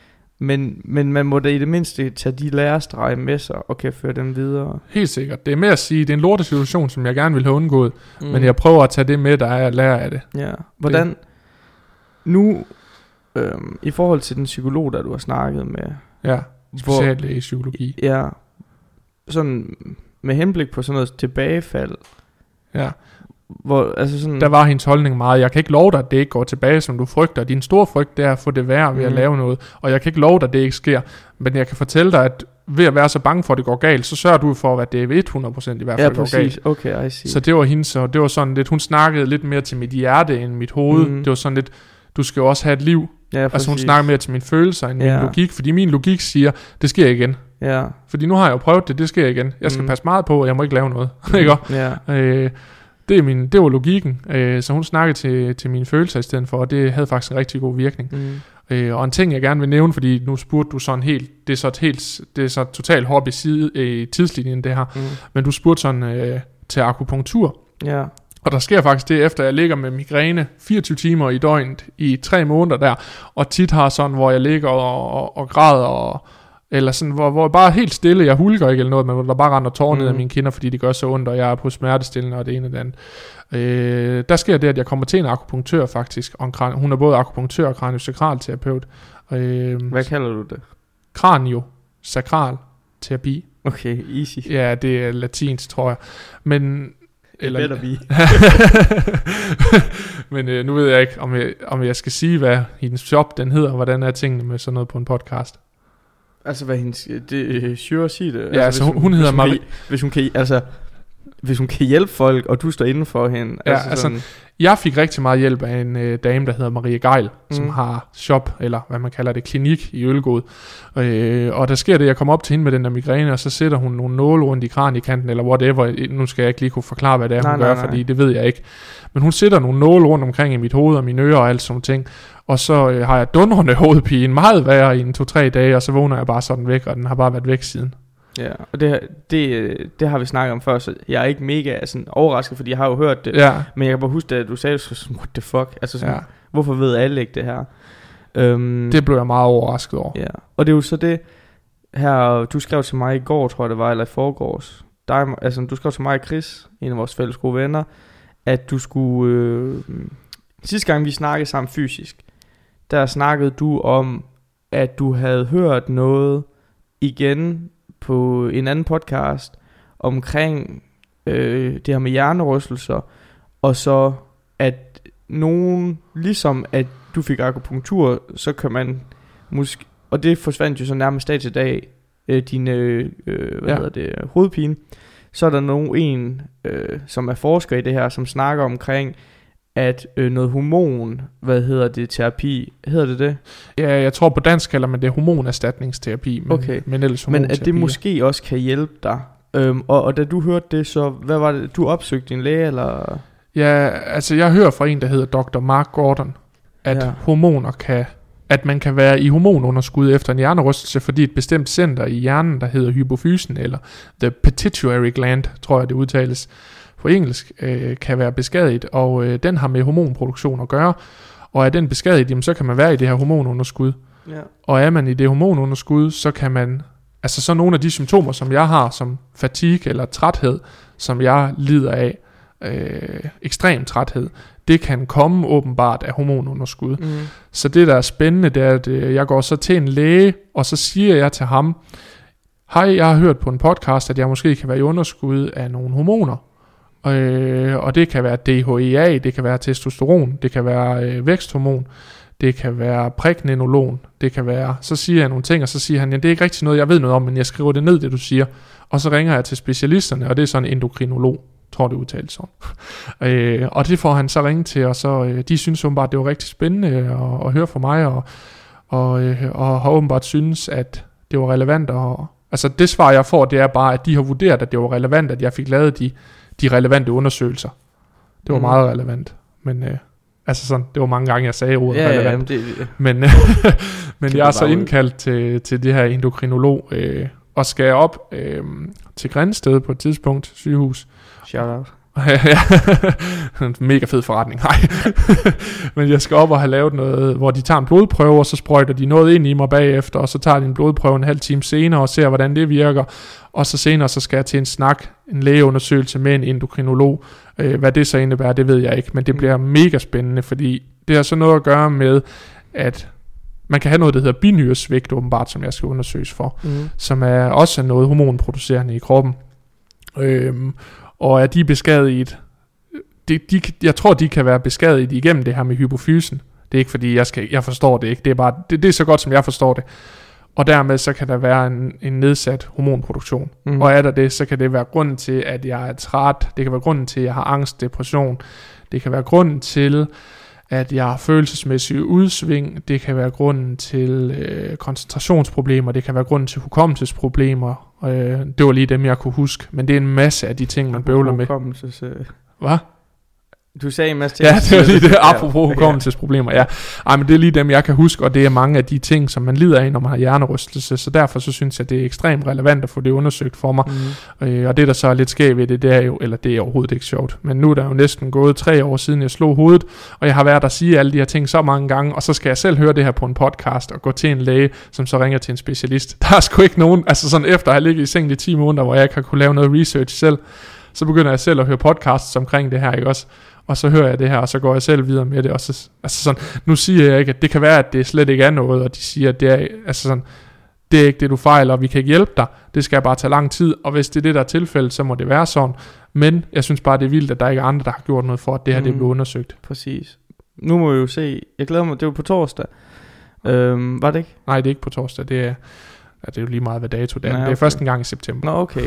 Men, men man må da i det mindste tage de lærerstreger med sig og kan føre dem videre. Helt sikkert. Det er med at sige, det er en lortesituation, som jeg gerne vil have undgået. Mm. Men jeg prøver at tage det med, der er at lære af det. Ja. Hvordan det. Nu, øhm, i forhold til den psykolog, der du har snakket med. Ja, speciallæge i psykologi. Ja, sådan med henblik på sådan noget tilbagefald. Ja. Hvor, altså sådan, der var hendes holdning meget, jeg kan ikke love dig, at det ikke går tilbage, som du frygter. Din store frygt, det er at få det værre ved mm. at lave noget. Og jeg kan ikke love dig, at det ikke sker. Men jeg kan fortælle dig, at ved at være så bange for, at det går galt, så sørger du for, at det er hundrede procent i hvert fald ja, går galt. Okay, I see. Så det var hendes, så det var sådan lidt, hun snakkede lidt mere til mit hjerte end mit hoved. Mm. Det var sådan lidt, du skal jo også have et liv. Ja, altså hun snakker mere til mine følelser end ja. min logik. Fordi min logik siger, det sker igen. Ja. Fordi nu har jeg jo prøvet det, det sker igen. Jeg skal mm. passe meget på, og jeg må ikke lave noget. Mm. ikke ja. øh, Det, er min, det var logikken, øh, så hun snakkede til, til mine følelser i stedet for, og det havde faktisk en rigtig god virkning. Mm. Øh, og en ting, jeg gerne vil nævne, fordi nu spurgte du sådan helt, det er så et helt, det er så totalt hop i side, øh, tidslinjen det her, mm. men du spurgte sådan øh, til akupunktur. Ja. Og der sker faktisk det, efter jeg ligger med migræne fireogtyve timer i døgnet i tre måneder der, og tit har sådan, hvor jeg ligger og, og, og græder, og, eller sådan, hvor, hvor jeg bare er helt stille, jeg hulker ikke eller noget, men hvor der bare render tårer mm. ned af mine kinder, fordi det gør så ondt, og jeg er på smertestillende og det ene og det andet. Øh, der sker det, at jeg kommer til en akupunktør faktisk, og en kran- hun er både akupunktør og kraniosakralterapeut. Øh, Hvad kalder du det? Kraniosakralterapi. Okay, easy. Ja, det er latinsk, tror jeg. Men eller better be. Men øh, nu ved jeg ikke, om jeg, om jeg skal sige, hvad hendes job den hedder, og hvordan er tingene med sådan noget på en podcast. Altså hvad hendes, det sure sige det. Ja, altså, altså hun, hun hedder Marie. Hvis hun kan, altså hvis hun kan hjælpe folk, og du står inden for hende. Ja, altså, altså jeg fik rigtig meget hjælp af en øh, dame, der hedder Marie Geil, mm. som har shop, eller hvad man kalder det, klinik i Ølgod. Øh, og der sker det, jeg kommer op til hende med den der migræne, og så sætter hun nogle nåle rundt i kraniekanten, eller whatever. Nu skal jeg ikke lige kunne forklare, hvad det er, nej, hun nej, gør, nej. fordi det ved jeg ikke. Men hun sætter nogle nåle rundt omkring i mit hoved og mine ører og alt sådan ting. Og så øh, har jeg dundrende hovedpine, meget værre i en to-tre dage, og så vågner jeg bare sådan væk, og den har bare været væk siden. Ja, og det, det, det har vi snakket om før, så jeg er ikke mega sådan overrasket, fordi jeg har jo hørt det. Ja. Men jeg kan bare huske, at du sagde, sådan, what the fuck, altså sådan, ja. Hvorfor ved alle ikke det her? Um, det blev jeg meget overrasket over. Ja, og det er jo så det her, du skrev til mig i går, tror jeg det var, eller i forgårs, dig, altså du skrev til mig og Chris, en af vores fælles gode venner, at du skulle, øh, sidste gang vi snakkede sammen fysisk, der snakkede du om, at du havde hørt noget igen på en anden podcast omkring øh, det her med hjernerystelser, og så at nogen, ligesom at du fik akupunktur, så kan man måske, og det forsvandt jo så nærmest dag til dag, øh, din øh, hvad ja. hedder det, hovedpine. Så er der nogen en, øh, som er forsker i det her, som snakker omkring at øh, noget hormon, hvad hedder det, terapi, hedder det det? Ja, jeg tror på dansk kalder man det hormonerstatningsterapi, men, okay. men ellers men at det måske også kan hjælpe dig. Øhm, og, og da du hørte det, så hvad var det, du opsøgte din læge, eller? Ja, altså jeg hører fra en, der hedder doktor Mark Gordon, at ja. hormoner kan, at man kan være i hormonunderskud efter en hjernerystelse, fordi et bestemt center i hjernen, der hedder hypofysen, eller the pituitary gland, tror jeg det udtales på engelsk, øh, kan være beskadiget, og øh, den har med hormonproduktion at gøre, og er den beskadiget, jamen, så kan man være i det her hormonunderskud. Ja. Og er man i det hormonunderskud, så kan man, altså så nogle af de symptomer, som jeg har, som fatigue eller træthed, som jeg lider af, øh, ekstrem træthed, det kan komme åbenbart af hormonunderskud. Mm. Så det, der er spændende, det er, at øh, jeg går så til en læge, og så siger jeg til ham, hej, jeg har hørt på en podcast, at jeg måske kan være i underskud af nogle hormoner. Øh, og det kan være D H E A, det kan være testosteron, det kan være øh, væksthormon, det kan være pregnenolon, det kan være, så siger jeg nogle ting, og så siger han, ja, det er ikke rigtig noget, jeg ved noget om, men jeg skriver det ned, det du siger, og så ringer jeg til specialisterne, og det er sådan en endokrinolog, tror det udtales sådan. øh, og det får han så ringe til, og så øh, de synes åbenbart, det var rigtig spændende at, at høre fra mig, og, og, øh, og har åbenbart synes, at det var relevant, og altså det svar jeg får, det er bare, at de har vurderet, at det var relevant, at jeg fik lavet de de relevante undersøgelser. Det var mm. meget relevant. Men øh, altså sådan, det var mange gange, jeg sagde ordet ja, relevant. Ja, det, det. Men, øh, men jeg er så indkaldt til, til det her endokrinolog, øh, og skal op øh, til Grindsted på et tidspunkt, sygehus. Shout out. Ja, en mega fed forretning, nej. Men jeg skal op og have lavet noget, hvor de tager en blodprøve, og så sprøjter de noget ind i mig bagefter, og så tager de en blodprøve en halv time senere, og ser, hvordan det virker. Og så senere, så skal jeg til en snak, en lægeundersøgelse med en endokrinolog. Øh, hvad det så indebærer, det ved jeg ikke, men det bliver mega spændende, fordi det har så noget at gøre med, at man kan have noget, der hedder binyresvigt, åbenbart, som jeg skal undersøges for, mm. som er også noget hormonproducerende i kroppen. Øhm, og er de beskadiget, de, de, jeg tror, de kan være beskadiget igennem det her med hypofysen. Det er ikke, fordi jeg, skal, jeg forstår det ikke, det er bare, det, det er så godt, som jeg forstår det. Og dermed så kan der være en, en nedsat hormonproduktion. Mm. Og er der det, så kan det være grunden til, at jeg er træt. Det kan være grunden til, at jeg har angst, depression. Det kan være grunden til, at jeg har følelsesmæssige udsving. Det kan være grunden til øh, koncentrationsproblemer. Det kan være grunden til hukommelsesproblemer. Øh, det var lige dem, jeg kunne huske. Men det er en masse af de ting, man bøvler med. Hukommelses... Øh... Hvad? Du sagde en masse ting. Ja, det er lige det, apropos hukommelsesproblemer, ja. Ej, men det er lige dem, jeg kan huske, og det er mange af de ting, som man lider af, når man har hjernerystelse, så derfor så synes jeg, det er ekstremt relevant at få det undersøgt for mig. Mm. Øh, og det, der så er lidt skævt ved det, det er jo, eller det er overhovedet ikke sjovt, men nu er der jo næsten gået tre år siden, jeg slog hovedet, og jeg har været der at sige alle de her ting så mange gange, og så skal jeg selv høre det her på en podcast, og gå til en læge, som så ringer til en specialist. Der er sgu ikke nogen, altså sådan efter at have ligget i sengen i ti måneder, hvor jeg ikke har kunne lave noget research selv, så begynder jeg selv at høre podcasts omkring det her, ikke også? Og så hører jeg det her, og så går jeg selv videre med det. Og så, altså sådan, nu siger jeg ikke, at det kan være, at det slet ikke er noget, og de siger, at det er, altså sådan, det er ikke det, du fejler, og vi kan ikke hjælpe dig. Det skal bare tage lang tid, og hvis det er det, der er tilfældet, så må det være sådan. Men jeg synes bare, det er vildt, at der ikke er andre, der har gjort noget for, at det her mm, det bliver undersøgt. Præcis. Nu må vi jo se. Jeg glæder mig, det er jo på torsdag. Øhm, var det ikke? Nej, det er ikke på torsdag. Det er, ja, det er jo lige meget, hvad dato det er. Nej, okay. Det er først en gang i september. Nå, okay.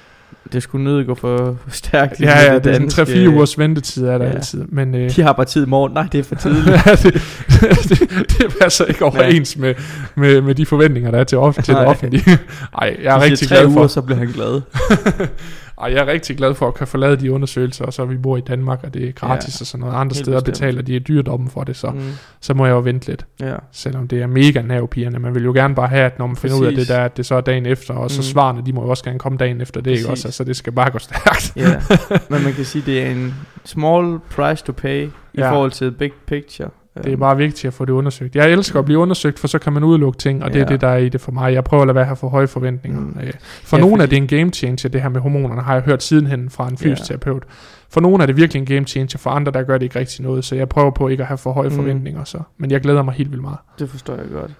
Det skulle nødt gå for stærkt. Ja, ja, det er sådan tre fire ugers ventetid er der ja. altid. Men, øh, de har bare tid i morgen. Nej, det er for tidligt. ja, det, det, det passer ikke overens med, med, med de forventninger, der er til, off- til det offentlige. Ej, jeg er de rigtig glad for. Uger, så bliver han glad. Ej, jeg er rigtig glad for at kan forlade de undersøgelser, og så vi bor i Danmark, og det er gratis ja, og sådan noget. Andre steder bestemt. Betaler de dyrt for det, så, mm. så må jeg jo vente lidt. Ja. Selvom det er mega nervepirrende. Man vil jo gerne bare have, at når man finder Præcis. ud af det der, at det så er dagen efter, og så mm. svarene, de må jo også gerne komme dagen efter det, ikke også? Altså det skal bare gå stærkt. Ja, men man kan sige, det er en small price to pay i ja. forhold til big picture. Det er bare vigtigt at få det undersøgt. Jeg elsker at blive undersøgt, for så kan man udelukke ting, og det ja. er det, der er i det for mig. Jeg prøver at lade være her for høje forventninger. Mm. For ja, nogle fordi... er det en game changer, det her med hormonerne, har jeg hørt sidenhen fra en fysioterapeut. Ja. For nogle er det virkelig en game changer, for andre der gør det ikke rigtig noget, så jeg prøver på ikke at have for høje mm. forventninger. Så. Men jeg glæder mig helt vildt meget. Det forstår jeg godt.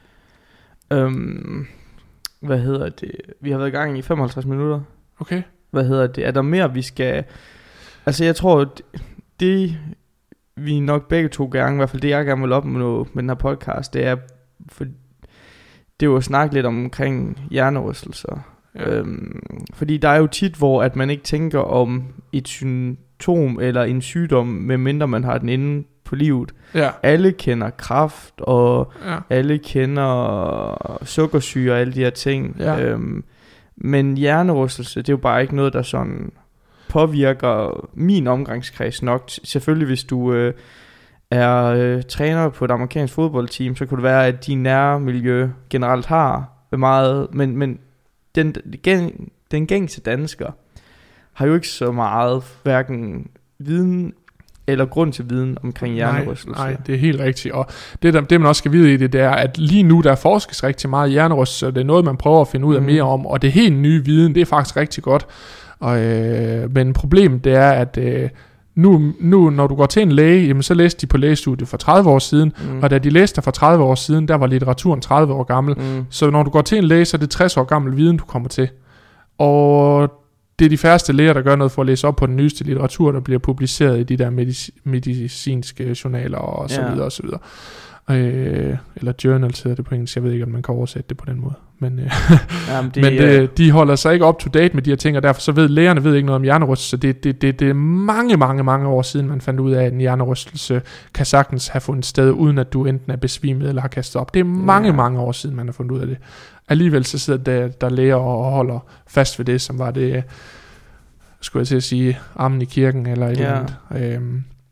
Um, hvad hedder det? Vi har været i gang i femoghalvtreds minutter. Okay. Hvad hedder det? Er der mere, vi skal... Altså jeg tror, det... det vi nok begge to gange, i hvert fald det jeg gerne vil opnå med den her podcast, det er for, det er jo at snakke lidt omkring hjernerystelser. Ja. Øhm, fordi der er jo tit, hvor at man ikke tænker om et symptom eller en sygdom, medmindre man har den inde på livet. Ja. Alle kender kræft, og ja. alle kender sukkersyge og alle de her ting. Ja. Øhm, men hjernerystelse, det er jo bare ikke noget, der sådan... påvirker min omgangskreds nok. Selvfølgelig hvis du øh, er øh, træner på et amerikansk fodboldteam, så kunne det være, at din nærmiljø generelt har meget, men, men den, den, den gængse dansker har jo ikke så meget hverken viden eller grund til viden omkring hjernerystelse. Nej, nej, det er helt rigtigt. Og det, der, det man også skal vide i det, det er, at lige nu der forskes rigtig meget i hjernerystelse, og det er noget, man prøver at finde ud af mm. mere om, og det helt nye viden, det er faktisk rigtig godt. Og, øh, men problemet det er, at øh, nu, nu når du går til en læge, jamen, så læste de på lægestudiet for tredive år siden, mm. og da de læste for tredive år siden, der var litteraturen tredive år gammel. Mm. Så når du går til en læge, så er det tres år gammel viden, du kommer til. Og det er de færreste læger, der gør noget for at læse op på den nyeste litteratur, der bliver publiceret i de der medic- medicinske journaler og så ja. videre og så videre. Øh, eller journals hedder det på engelsk. Jeg ved ikke, om man kan oversætte det på den måde. Men, øh, Jamen det, men det, øh, de holder sig ikke up to date med de her ting, og derfor så ved lægerne ved ikke noget om hjernerystelse. Så det, det, det, det er mange, mange, mange år siden, man fandt ud af, at en hjernerystelse kan sagtens have fundet sted, uden at du enten er besvimet eller har kastet op. Det er mange, ja. mange år siden, man har fundet ud af det. Alligevel så sidder der, der læger og holder fast ved det, som var det, skulle jeg til at sige, armen i kirken eller et ja. eller andet. Øhm,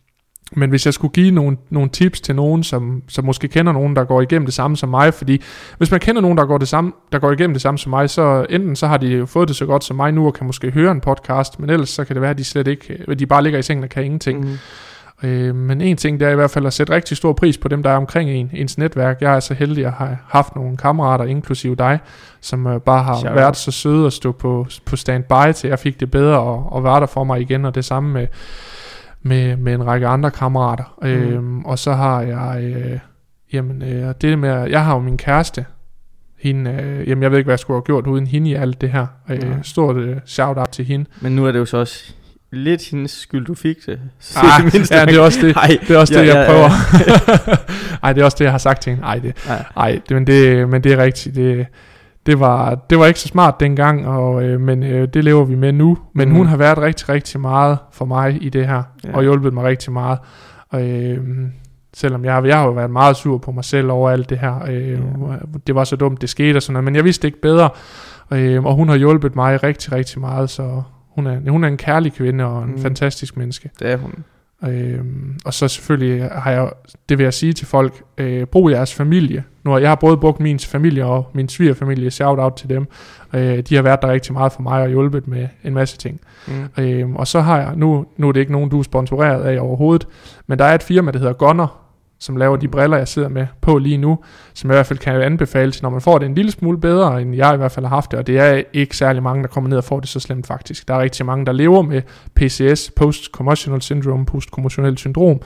Men hvis jeg skulle give nogle, nogle tips til nogen, som, som måske kender nogen, der går igennem det samme som mig, fordi hvis man kender nogen, der går, det samme, der går igennem det samme som mig, så enten så har de jo fået det så godt som mig nu, og kan måske høre en podcast, men ellers så kan det være, at de slet ikke, de bare ligger i sengen og kan ingenting. Mm. Øh, men en ting, det er i hvert fald at sætte rigtig stor pris på dem, der er omkring en, ens netværk. Jeg er så heldig at have haft nogle kammerater, inklusive dig, som øh, bare har Sjære. været så søde at stå på, på standby til, jeg fik det bedre og, og være der for mig igen, og det samme med Med, med en række andre kammerater. Mm. Øhm, og så har jeg øh, jamen øh, det med jeg har jo min kæreste hende, øh, jamen jeg ved ikke hvad jeg skulle have gjort uden hende i alt det her. øh, ja. Stort øh, shout out til hende. Men nu er det jo så også lidt hendes skyld du fik det. Ah, ja, det er også det. Ej, det er også ja, det jeg ja, prøver. Ej, det er også det jeg har sagt til hende. Ej, det, ej, det, men det men det er rigtigt. Det Det var, det var ikke så smart dengang, og, øh, men øh, det lever vi med nu. Men mm. hun har været rigtig, rigtig meget for mig i det her, ja. og hjulpet mig rigtig meget. Og, øh, selvom jeg, jeg har jo været meget sur på mig selv over alt det her. Øh, ja. Det var så dumt, det skete og sådan noget, men jeg vidste ikke bedre. Øh, og hun har hjulpet mig rigtig, rigtig meget, så hun er, hun er en kærlig kvinde og en mm. fantastisk menneske. Det er hun. Øhm, og så selvfølgelig har jeg, det vil jeg sige til folk, øh, brug jeres familie. Nu har jeg har både brugt min familie og min svigerfamilie, shout out til dem. øh, De har været der rigtig meget for mig og hjulpet med en masse ting. mm. øhm, Og så har jeg, nu, nu er det ikke nogen du er sponsoreret af overhovedet, men der er et firma der hedder Gunner, som laver de briller jeg sidder med på lige nu, som jeg i hvert fald kan anbefale til, når man får det en lille smule bedre, end jeg i hvert fald har haft det. Og det er ikke særlig mange der kommer ned og får det så slemt faktisk. Der er rigtig mange der lever med P C S, Post-Commotional Syndrome, Post-Commotional Syndrom,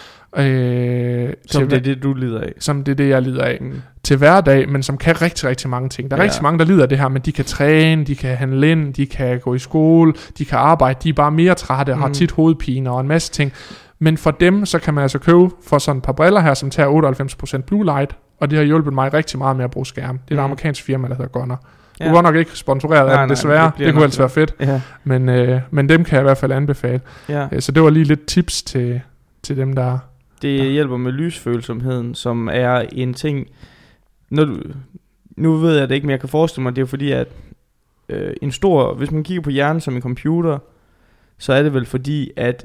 øh, Som det er det du lider af. Som det er det jeg lider af mm. til hverdag, men som kan rigtig rigtig mange ting. Der er ja. rigtig mange der lider af det her, men de kan træne, de kan handle ind, de kan gå i skole, de kan arbejde, de er bare mere trætte og mm. har tit hovedpine og en masse ting. Men for dem, så kan man altså købe for sådan et par briller her, som tager otteoghalvfems procent blue light, og det har hjulpet mig rigtig meget med at bruge skærm. Det er et mm. amerikansk firma, der hedder Gunner. Ja. Du var nok ikke sponsoreret af det, desværre. Det, det kunne altså være fedt. Ja. Men, øh, men dem kan jeg i hvert fald anbefale. Ja. Så det var lige lidt tips til, til dem, der... Det der. hjælper med lysfølsomheden, som er en ting... Når du, nu ved jeg det ikke, men jeg kan forestille mig, det er fordi, at øh, en stor... Hvis man kigger på hjernen som en computer, så er det vel fordi, at...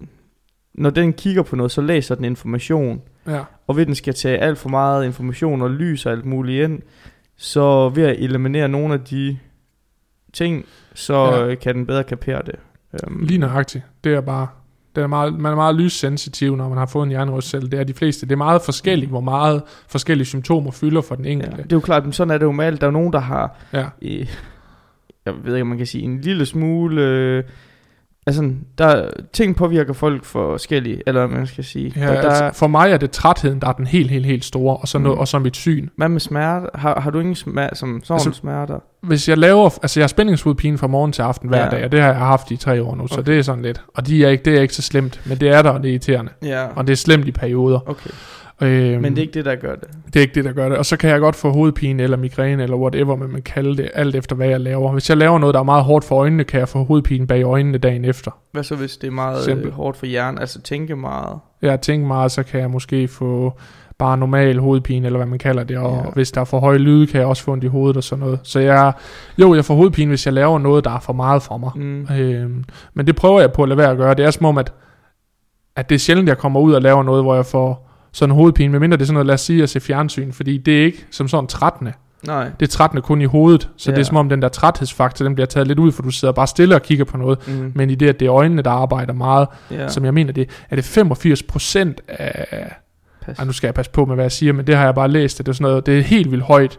Når den kigger på noget, så læser den information. Ja. Og ved den skal tage alt for meget information og lys og alt muligt ind, så ved at eliminere nogle af de ting, så ja. kan den bedre kapere det. Um. Lige nøjagtigt. Det er bare, det er meget, man er meget lyssensitiv, når man har fået en hjernerystelse. Det er de fleste. Det er meget forskelligt, hvor meget forskellige symptomer fylder for den enkelte. Ja, det er jo klart, men sådan er det jo med alt. Der er nogen, der har, ja. øh, jeg ved ikke, om man kan sige, en lille smule... Øh, Altså, der ting påvirker folk forskellige, eller hvad man skal sige. Ja, der, altså, for mig er det trætheden, der er den helt, helt, helt store, og så, noget, mm. og så mit syn. Hvad med smerte? Har, har du ingen smerte, som sådan altså, smerter? Hvis jeg laver, altså jeg har spændingshovedpine fra morgen til aften hver ja. dag, og det har jeg haft i tre år nu, okay. så det er sådan lidt. Og de er ikke, det er ikke så slemt, men det er der, og det er irriterende. Ja. Og det er slemt i perioder. Okay. Øhm, men det er ikke det, der gør det. Det er ikke det, der gør det. Og så kan jeg godt få hovedpine eller migræne eller whatever, man kalder det, alt efter hvad jeg laver. Hvis jeg laver noget, der er meget hårdt for øjnene, kan jeg få hovedpine bag øjnene dagen efter. Hvad så hvis det er meget Simpel. hårdt for hjernen, altså tænke meget? Ja, tænke meget, så kan jeg måske få bare normal hovedpine, eller hvad man kalder det. Og ja. hvis der er for høje lyde, kan jeg også få ondt i hovedet og sådan noget. Så jeg, jo, jeg får hovedpine, hvis jeg laver noget, der er for meget for mig. Mm. Øhm, men det prøver jeg på at lade være at gøre. Det er som om, at, at det er sjældent, jeg kommer ud og laver noget, hvor jeg får sådan en hovedpine, medmindre det er sådan noget, lad os sige, at se fjernsyn, fordi det er ikke som sådan trættende. Nej. Det er trættende kun i hovedet, så ja. det er som om den der træthedsfaktor, den bliver taget lidt ud, for du sidder bare stille og kigger på noget, mm. men i det, at det er øjnene, der arbejder meget, ja. som jeg mener, det er det femogfirs procent af, ej, nu skal jeg passe på med, hvad jeg siger, men det har jeg bare læst, det er sådan noget, det er helt vildt højt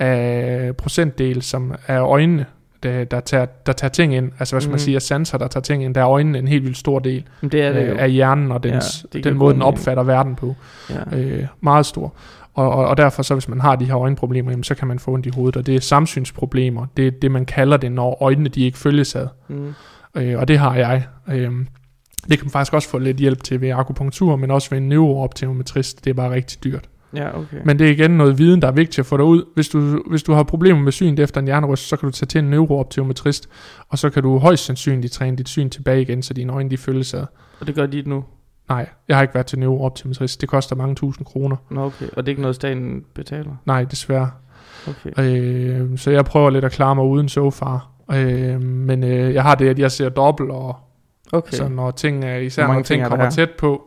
af procentdel, som er øjnene, Der, der, tager, der tager ting ind. Altså hvad skal mm. man sige, af sanser, der tager ting ind. Der er øjnene en helt vildt stor del det er det øh, af hjernen og dens, ja, den måde den opfatter verden på. Ja. øh, Meget stor. Og, og, og derfor så hvis man har de her øjenproblemer, jamen, så kan man få ondt i hovedet. Og det er samsynsproblemer. Det er det man kalder det, når øjnene de ikke følges ad. mm. øh, Og det har jeg. øh, Det kan man faktisk også få lidt hjælp til ved akupunktur, men også ved en neurooptometrist. Det er bare rigtig dyrt. Ja, okay. Men det er igen noget viden, der er vigtigt at få dig ud. Hvis du, hvis du har problemer med syn efter en hjernerystelse, så kan du tage til en neurooptometrist, og så kan du højst sandsynligt træne dit syn tilbage igen, så dine øjne de følges ad. Og det gør de nu? Nej, jeg har ikke været til neurooptometrist. Det koster mange tusind kroner. Nå, okay. Og det er ikke noget, staten betaler? Nej, desværre. Okay. Øh, så jeg prøver lidt at klare mig uden so far. Øh, men øh, jeg har det, at jeg ser dobbelt, og okay. så når ting, især når ting kommer tæt på,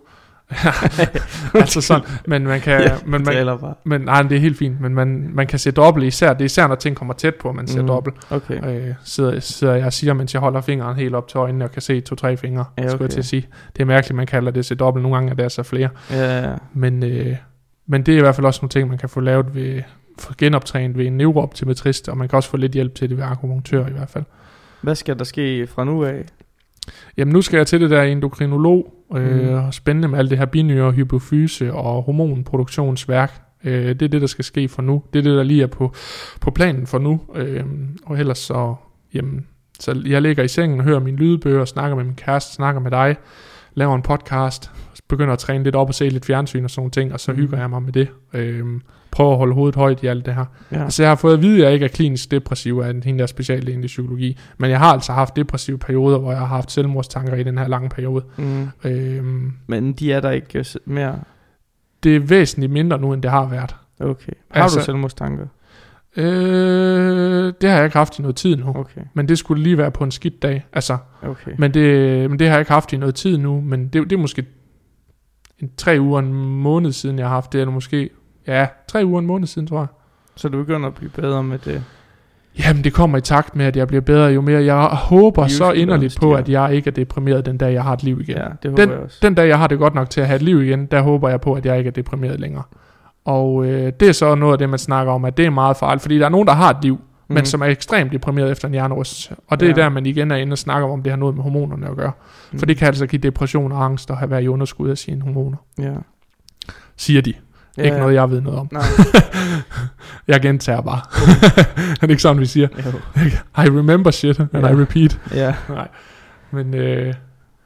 altså sådan, men man kan, ja, men man, bare. men nej, det er helt fint, men man, man kan se dobbelt især, det er især når ting kommer tæt på, man ser mm, dobbelt. Okay. Øh, sidder, sidder jeg og siger, mens jeg holder fingeren helt op til øjnene og kan se to-tre fingre, ja, okay. skulle jeg til at sige. Det er mærkeligt, man kalder det se dobbelt, nogle gange er der så flere. Ja, ja. Men, øh, men det er i hvert fald også nogle ting, man kan få lavet ved, få genoptrænet ved en neurooptometrist, og man kan også få lidt hjælp til det ved akupunktør i hvert fald. Hvad skal der ske fra nu af? Jamen nu skal jeg til det der endokrinolog, øh, mm. spændende med alt det her binyre, hypofyse og hormonproduktionsværk. Øh, det er det, der skal ske for nu. Det er det, der lige er på, på planen for nu. Øh, og ellers så, jamen, så jeg ligger i sengen og hører mine lydbøger, snakker med min kæreste, snakker med dig, laver en podcast, begynder at træne lidt op og se lidt fjernsyn og sådan nogle ting, og så mm. hygger jeg mig med det. Øh, prøver at holde hovedet højt i alt det her. Ja. Så jeg har fået at vide, at jeg ikke er klinisk depressiv af hende der speciallægen i psykologi, men jeg har altså haft depressive perioder, hvor jeg har haft selvmordstanker i den her lange periode. Mm. Øhm, men de er der ikke mere? Det er væsentligt mindre nu, end det har været. Okay. Har altså, du selvmordstanker? Øh, det har jeg ikke haft i noget tid nu. Okay. Men det skulle lige være på en skidt dag. Altså, okay. men, det, men det har jeg ikke haft i noget tid nu, men det, det er måske en tre uger, en måned siden, jeg har haft det, eller måske... Ja, tre uger en måned siden, tror jeg. Så du begynder at blive bedre med det? Jamen, det kommer i takt med, at jeg bliver bedre, jo mere. Jeg håber så inderligt på, at jeg ikke er deprimeret den dag, jeg har et liv igen. Ja, det håber den, jeg også. Den dag, jeg har det godt nok til at have et liv igen, der håber jeg på, at jeg ikke er deprimeret længere. Og øh, det er så noget af det, man snakker om, at det er meget farligt. Fordi der er nogen, der har et liv, mm. men som er ekstremt deprimeret efter en hjernerystelse. Og det ja. er der, man igen er inde og snakker om, det har noget med hormonerne at gøre. Mm. For det kan altså give depression og angst og have været i underskud af sine hormoner. Ja. Siger de. Ja, ikke ja. noget, jeg ved noget om. Jeg gentager bare. Er det ikke sådan, vi siger? Jo. I remember shit, and ja. I repeat. Ja. Nej. Men, øh,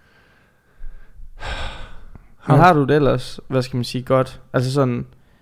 har, Men har du det ellers, hvad skal man sige, godt? Altså sådan,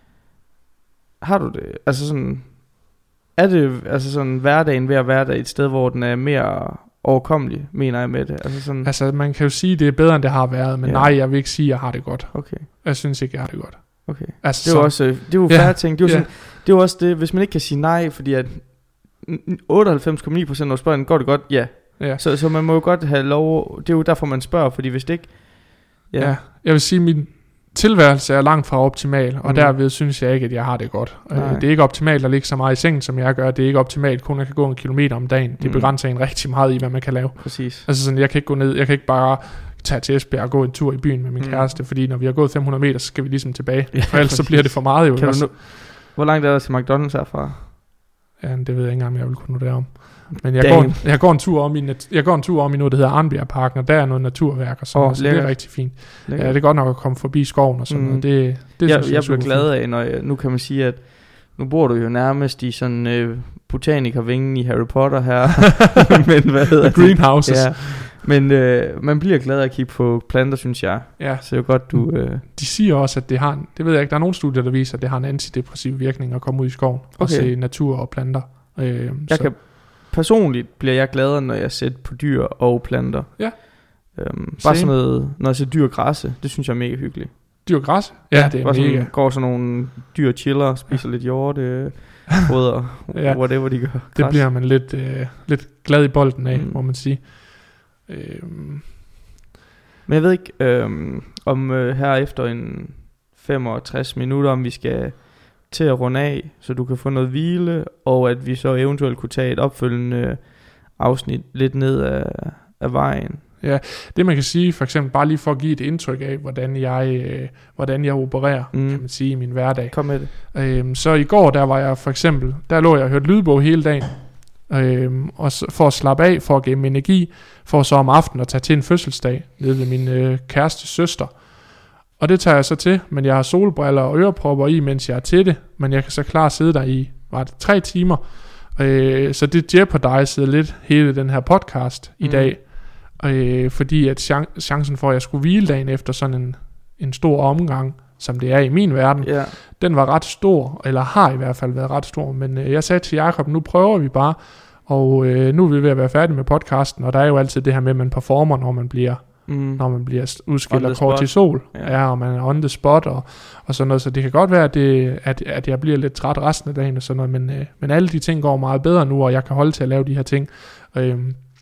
har du det, altså sådan, er det altså sådan hverdagen ved at være der et sted, hvor den er mere overkommelig, mener jeg med det? Altså, sådan, altså man kan jo sige, det er bedre, end det har været, men ja. nej, jeg vil ikke sige, at jeg har det godt. Okay. Jeg synes ikke, jeg har det godt. Okay. Altså, det er jo også, det er jo ja, færre ting. Det er jo ja. sådan, det er jo også det, hvis man ikke kan sige nej, fordi at otteoghalvfems komma ni procent af spørgsmålene går det godt, ja. ja. Så, så man må jo godt have lov, det er jo derfor man spørger, fordi hvis det ikke, ja. ja. Jeg vil sige, min tilværelse er langt fra optimal, og mm. derved synes jeg ikke, at jeg har det godt. Nej. Det er ikke optimalt at ligge så meget i sengen, som jeg gør. Det er ikke optimalt, kun at kan gå en kilometer om dagen. Det mm. begrænser en rigtig meget i, hvad man kan lave. Præcis. Altså sådan, jeg kan ikke gå ned, jeg kan ikke bare tage til Esbjerg og gå en tur i byen med min mm. kæreste, fordi når vi har gået fem hundrede meter, så skal vi ligesom tilbage. Ja, for ellers så bliver det for meget jo. Nu, hvor langt er der til McDonald's herfra? Ja, det ved jeg ikke engang, om jeg vil kunne nå derom. Men jeg går, en, jeg går en tur om i nat- jeg går en tur om i noget, der hedder Arnbjergparken, og der er noget naturværk og sådan oh, noget, så det er rigtig fint. Ja, det er godt nok at komme forbi skoven og sådan mm. noget. Det, det jeg, synes, jeg, jeg bliver glad af, når jeg, nu kan man sige, at nu bor du jo nærmest i sådan øh, botanikervingen i Harry Potter her. Men hvad hedder The greenhouses. Ja. Men øh, man bliver glad af at kigge på planter, synes jeg. Ja. Så det er jo godt, du... Øh... De siger også, at det har en, det ved jeg ikke, der er nogle studier, der viser, at det har en antidepressiv virkning at komme ud i skoven okay. og se natur og planter. Øh, jeg så. kan, personligt bliver jeg gladere, når jeg ser på dyr og planter. Ja. Øhm, bare sådan noget, når jeg ser dyr græsse, det synes jeg er mega hyggeligt. Dyr græs? Ja, ja, det er mega. Sådan, går sådan nogle dyr chiller, spiser ja. lidt hjorte, foder, ja. whatever de gør. Græs. Det bliver man lidt, øh, lidt glad i bolden af, mm. må man sige. Øhm. Men jeg ved ikke, øhm, om øh, her efter en femogtres minutter, om vi skal til at runde af, så du kan få noget hvile, og at vi så eventuelt kunne tage et opfølgende afsnit lidt ned af, af vejen. Ja, det man kan sige, for eksempel bare lige for at give et indtryk af, hvordan jeg, øh, hvordan jeg opererer, mm. kan man sige, i min hverdag. Kom med det. Øhm, så i går, der var jeg for eksempel, der lå jeg og hørte lydbog hele dagen, øhm, og så, for at slappe af, for at gemme energi, for så om aftenen at tage til en fødselsdag, nede ved min øh, kærestes søster. Og det tager jeg så til, men jeg har solbriller og ørepropper i, mens jeg er til det, men jeg kan så klart sidde der i, var det tre timer, øh, så det jeopardiser lidt hele den her podcast mm. i dag, øh, fordi at chan- chancen for, at jeg skulle hvile dagen efter sådan en, en stor omgang, som det er i min verden, yeah. den var ret stor, eller har i hvert fald været ret stor, men øh, jeg sagde til Jakob, nu prøver vi bare, og øh, nu er vi ved at være færdige med podcasten, og der er jo altid det her med, at man performer, når man bliver Mm. når man bliver udskilt af kortisol, ja. ja, og man er on the spot og, og sådan noget, så det kan godt være, at, det, at, at jeg bliver lidt træt resten af dagen og sådan noget, men, øh, men alle de ting går meget bedre nu, og jeg kan holde til at lave de her ting, øhm,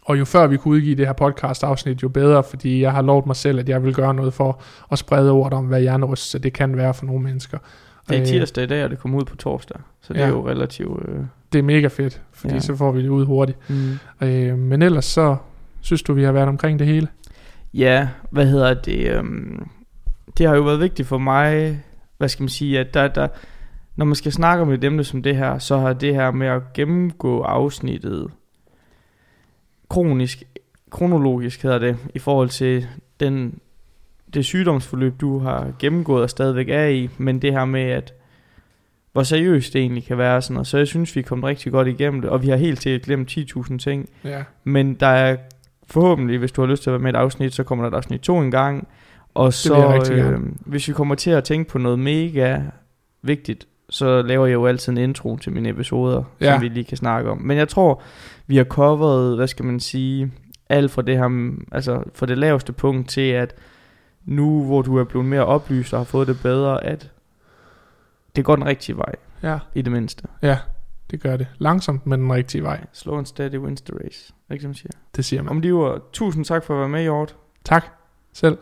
Og jo før vi kunne udgive det her podcast afsnit, jo bedre, fordi jeg har lovet mig selv, at jeg vil gøre noget for at sprede ordet om, hvad hjernerystelse det kan være for nogle mennesker. Det er tirsdag i dag, og det kommer ud på torsdag, så det ja. er jo relativt... Øh... Det er mega fedt, fordi ja. så får vi det ud hurtigt. Mm. Øh, men ellers så synes du, vi har været omkring det hele? Ja, hvad hedder det? Øhm, det har jo været vigtigt for mig, hvad skal man sige, at der, der, når man skal snakke om et emne som det her, så har det her med at gennemgå afsnittet kronisk, kronologisk hedder det, i forhold til den, det sygdomsforløb, du har gennemgået og stadigvæk er i, men det her med, at hvor seriøst det egentlig kan være sådan, og så jeg synes, vi er kommet rigtig godt igennem det, og vi har helt til glemt ti tusind ting, ja. Men der er forhåbentlig, hvis du har lyst til at være med i et afsnit, så kommer der et afsnit to en gang, og så øh, hvis vi kommer til at tænke på noget mega vigtigt, så laver jeg jo altid en intro til mine episoder, ja. Som vi lige kan snakke om. Men jeg tror, vi har coveret, hvad skal man sige, alt fra det her, altså fra det laveste punkt til, at nu hvor du er blevet mere oplyst og har fået det bedre, at det går den rigtige vej, ja. I det mindste. Ja, det gør det. Langsomt, men den rigtige vej. Slow and steady wins the race, ikke som man siger. Det siger man. Om de ord, tusind tak for at være med, Hjort. Tak, selv.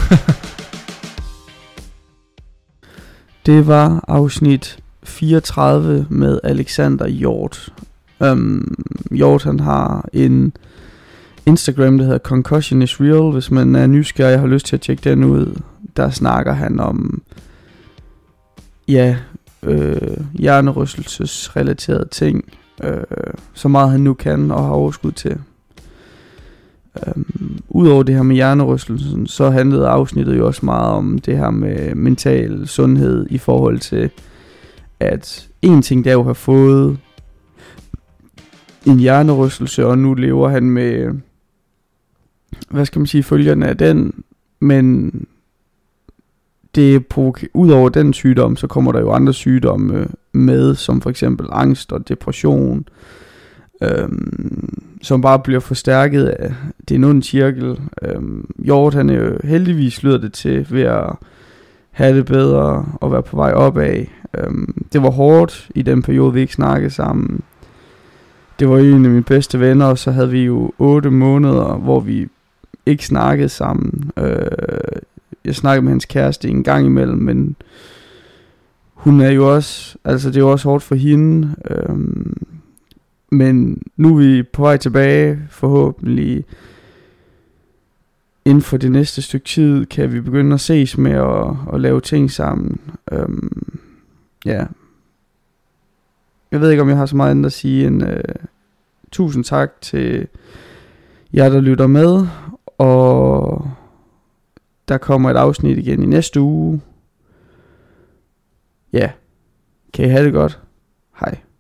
Det var afsnit fireogtredive med Alexander Hjort. Um, Hjort han har en Instagram, der hedder Concussion is Real. Hvis man er nysgerrig og har lyst til at tjekke den ud, der snakker han om ja, øh, hjernerystelsesrelaterede ting, øh, så meget han nu kan og har overskud til. Um, Udover det her med hjernerystelsen, så handlede afsnittet jo også meget om det her med mental sundhed i forhold til, at en ting der jo har fået en hjernerystelse, og nu lever han med, hvad skal man sige, følgerne af den, men det provoker, udover den sygdom, så kommer der jo andre sygdomme med, som for eksempel angst og depression, øhm, som bare bliver forstærket af, det er en ond cirkel. Øhm, Hjort han er jo heldigvis lyder det til ved at have det bedre og være på vej opad. Øhm, det var hårdt i den periode, vi ikke snakkede sammen. Det var en af mine bedste venner, og så havde vi jo otte måneder, hvor vi ikke snakkede sammen. Øh, jeg snakkede med hans kæreste en gang imellem, men hun er jo også, altså det er jo også hårdt for hende. Øhm, men nu er vi på vej tilbage, forhåbentlig inden for det næste stykke tid, kan vi begynde at ses med og, og lave ting sammen. Øhm, ja. Jeg ved ikke, om jeg har så meget andet at sige end øh, tusind tak til jer, der lytter med, og der kommer et afsnit igen i næste uge. Ja, kan I have det godt. Hej.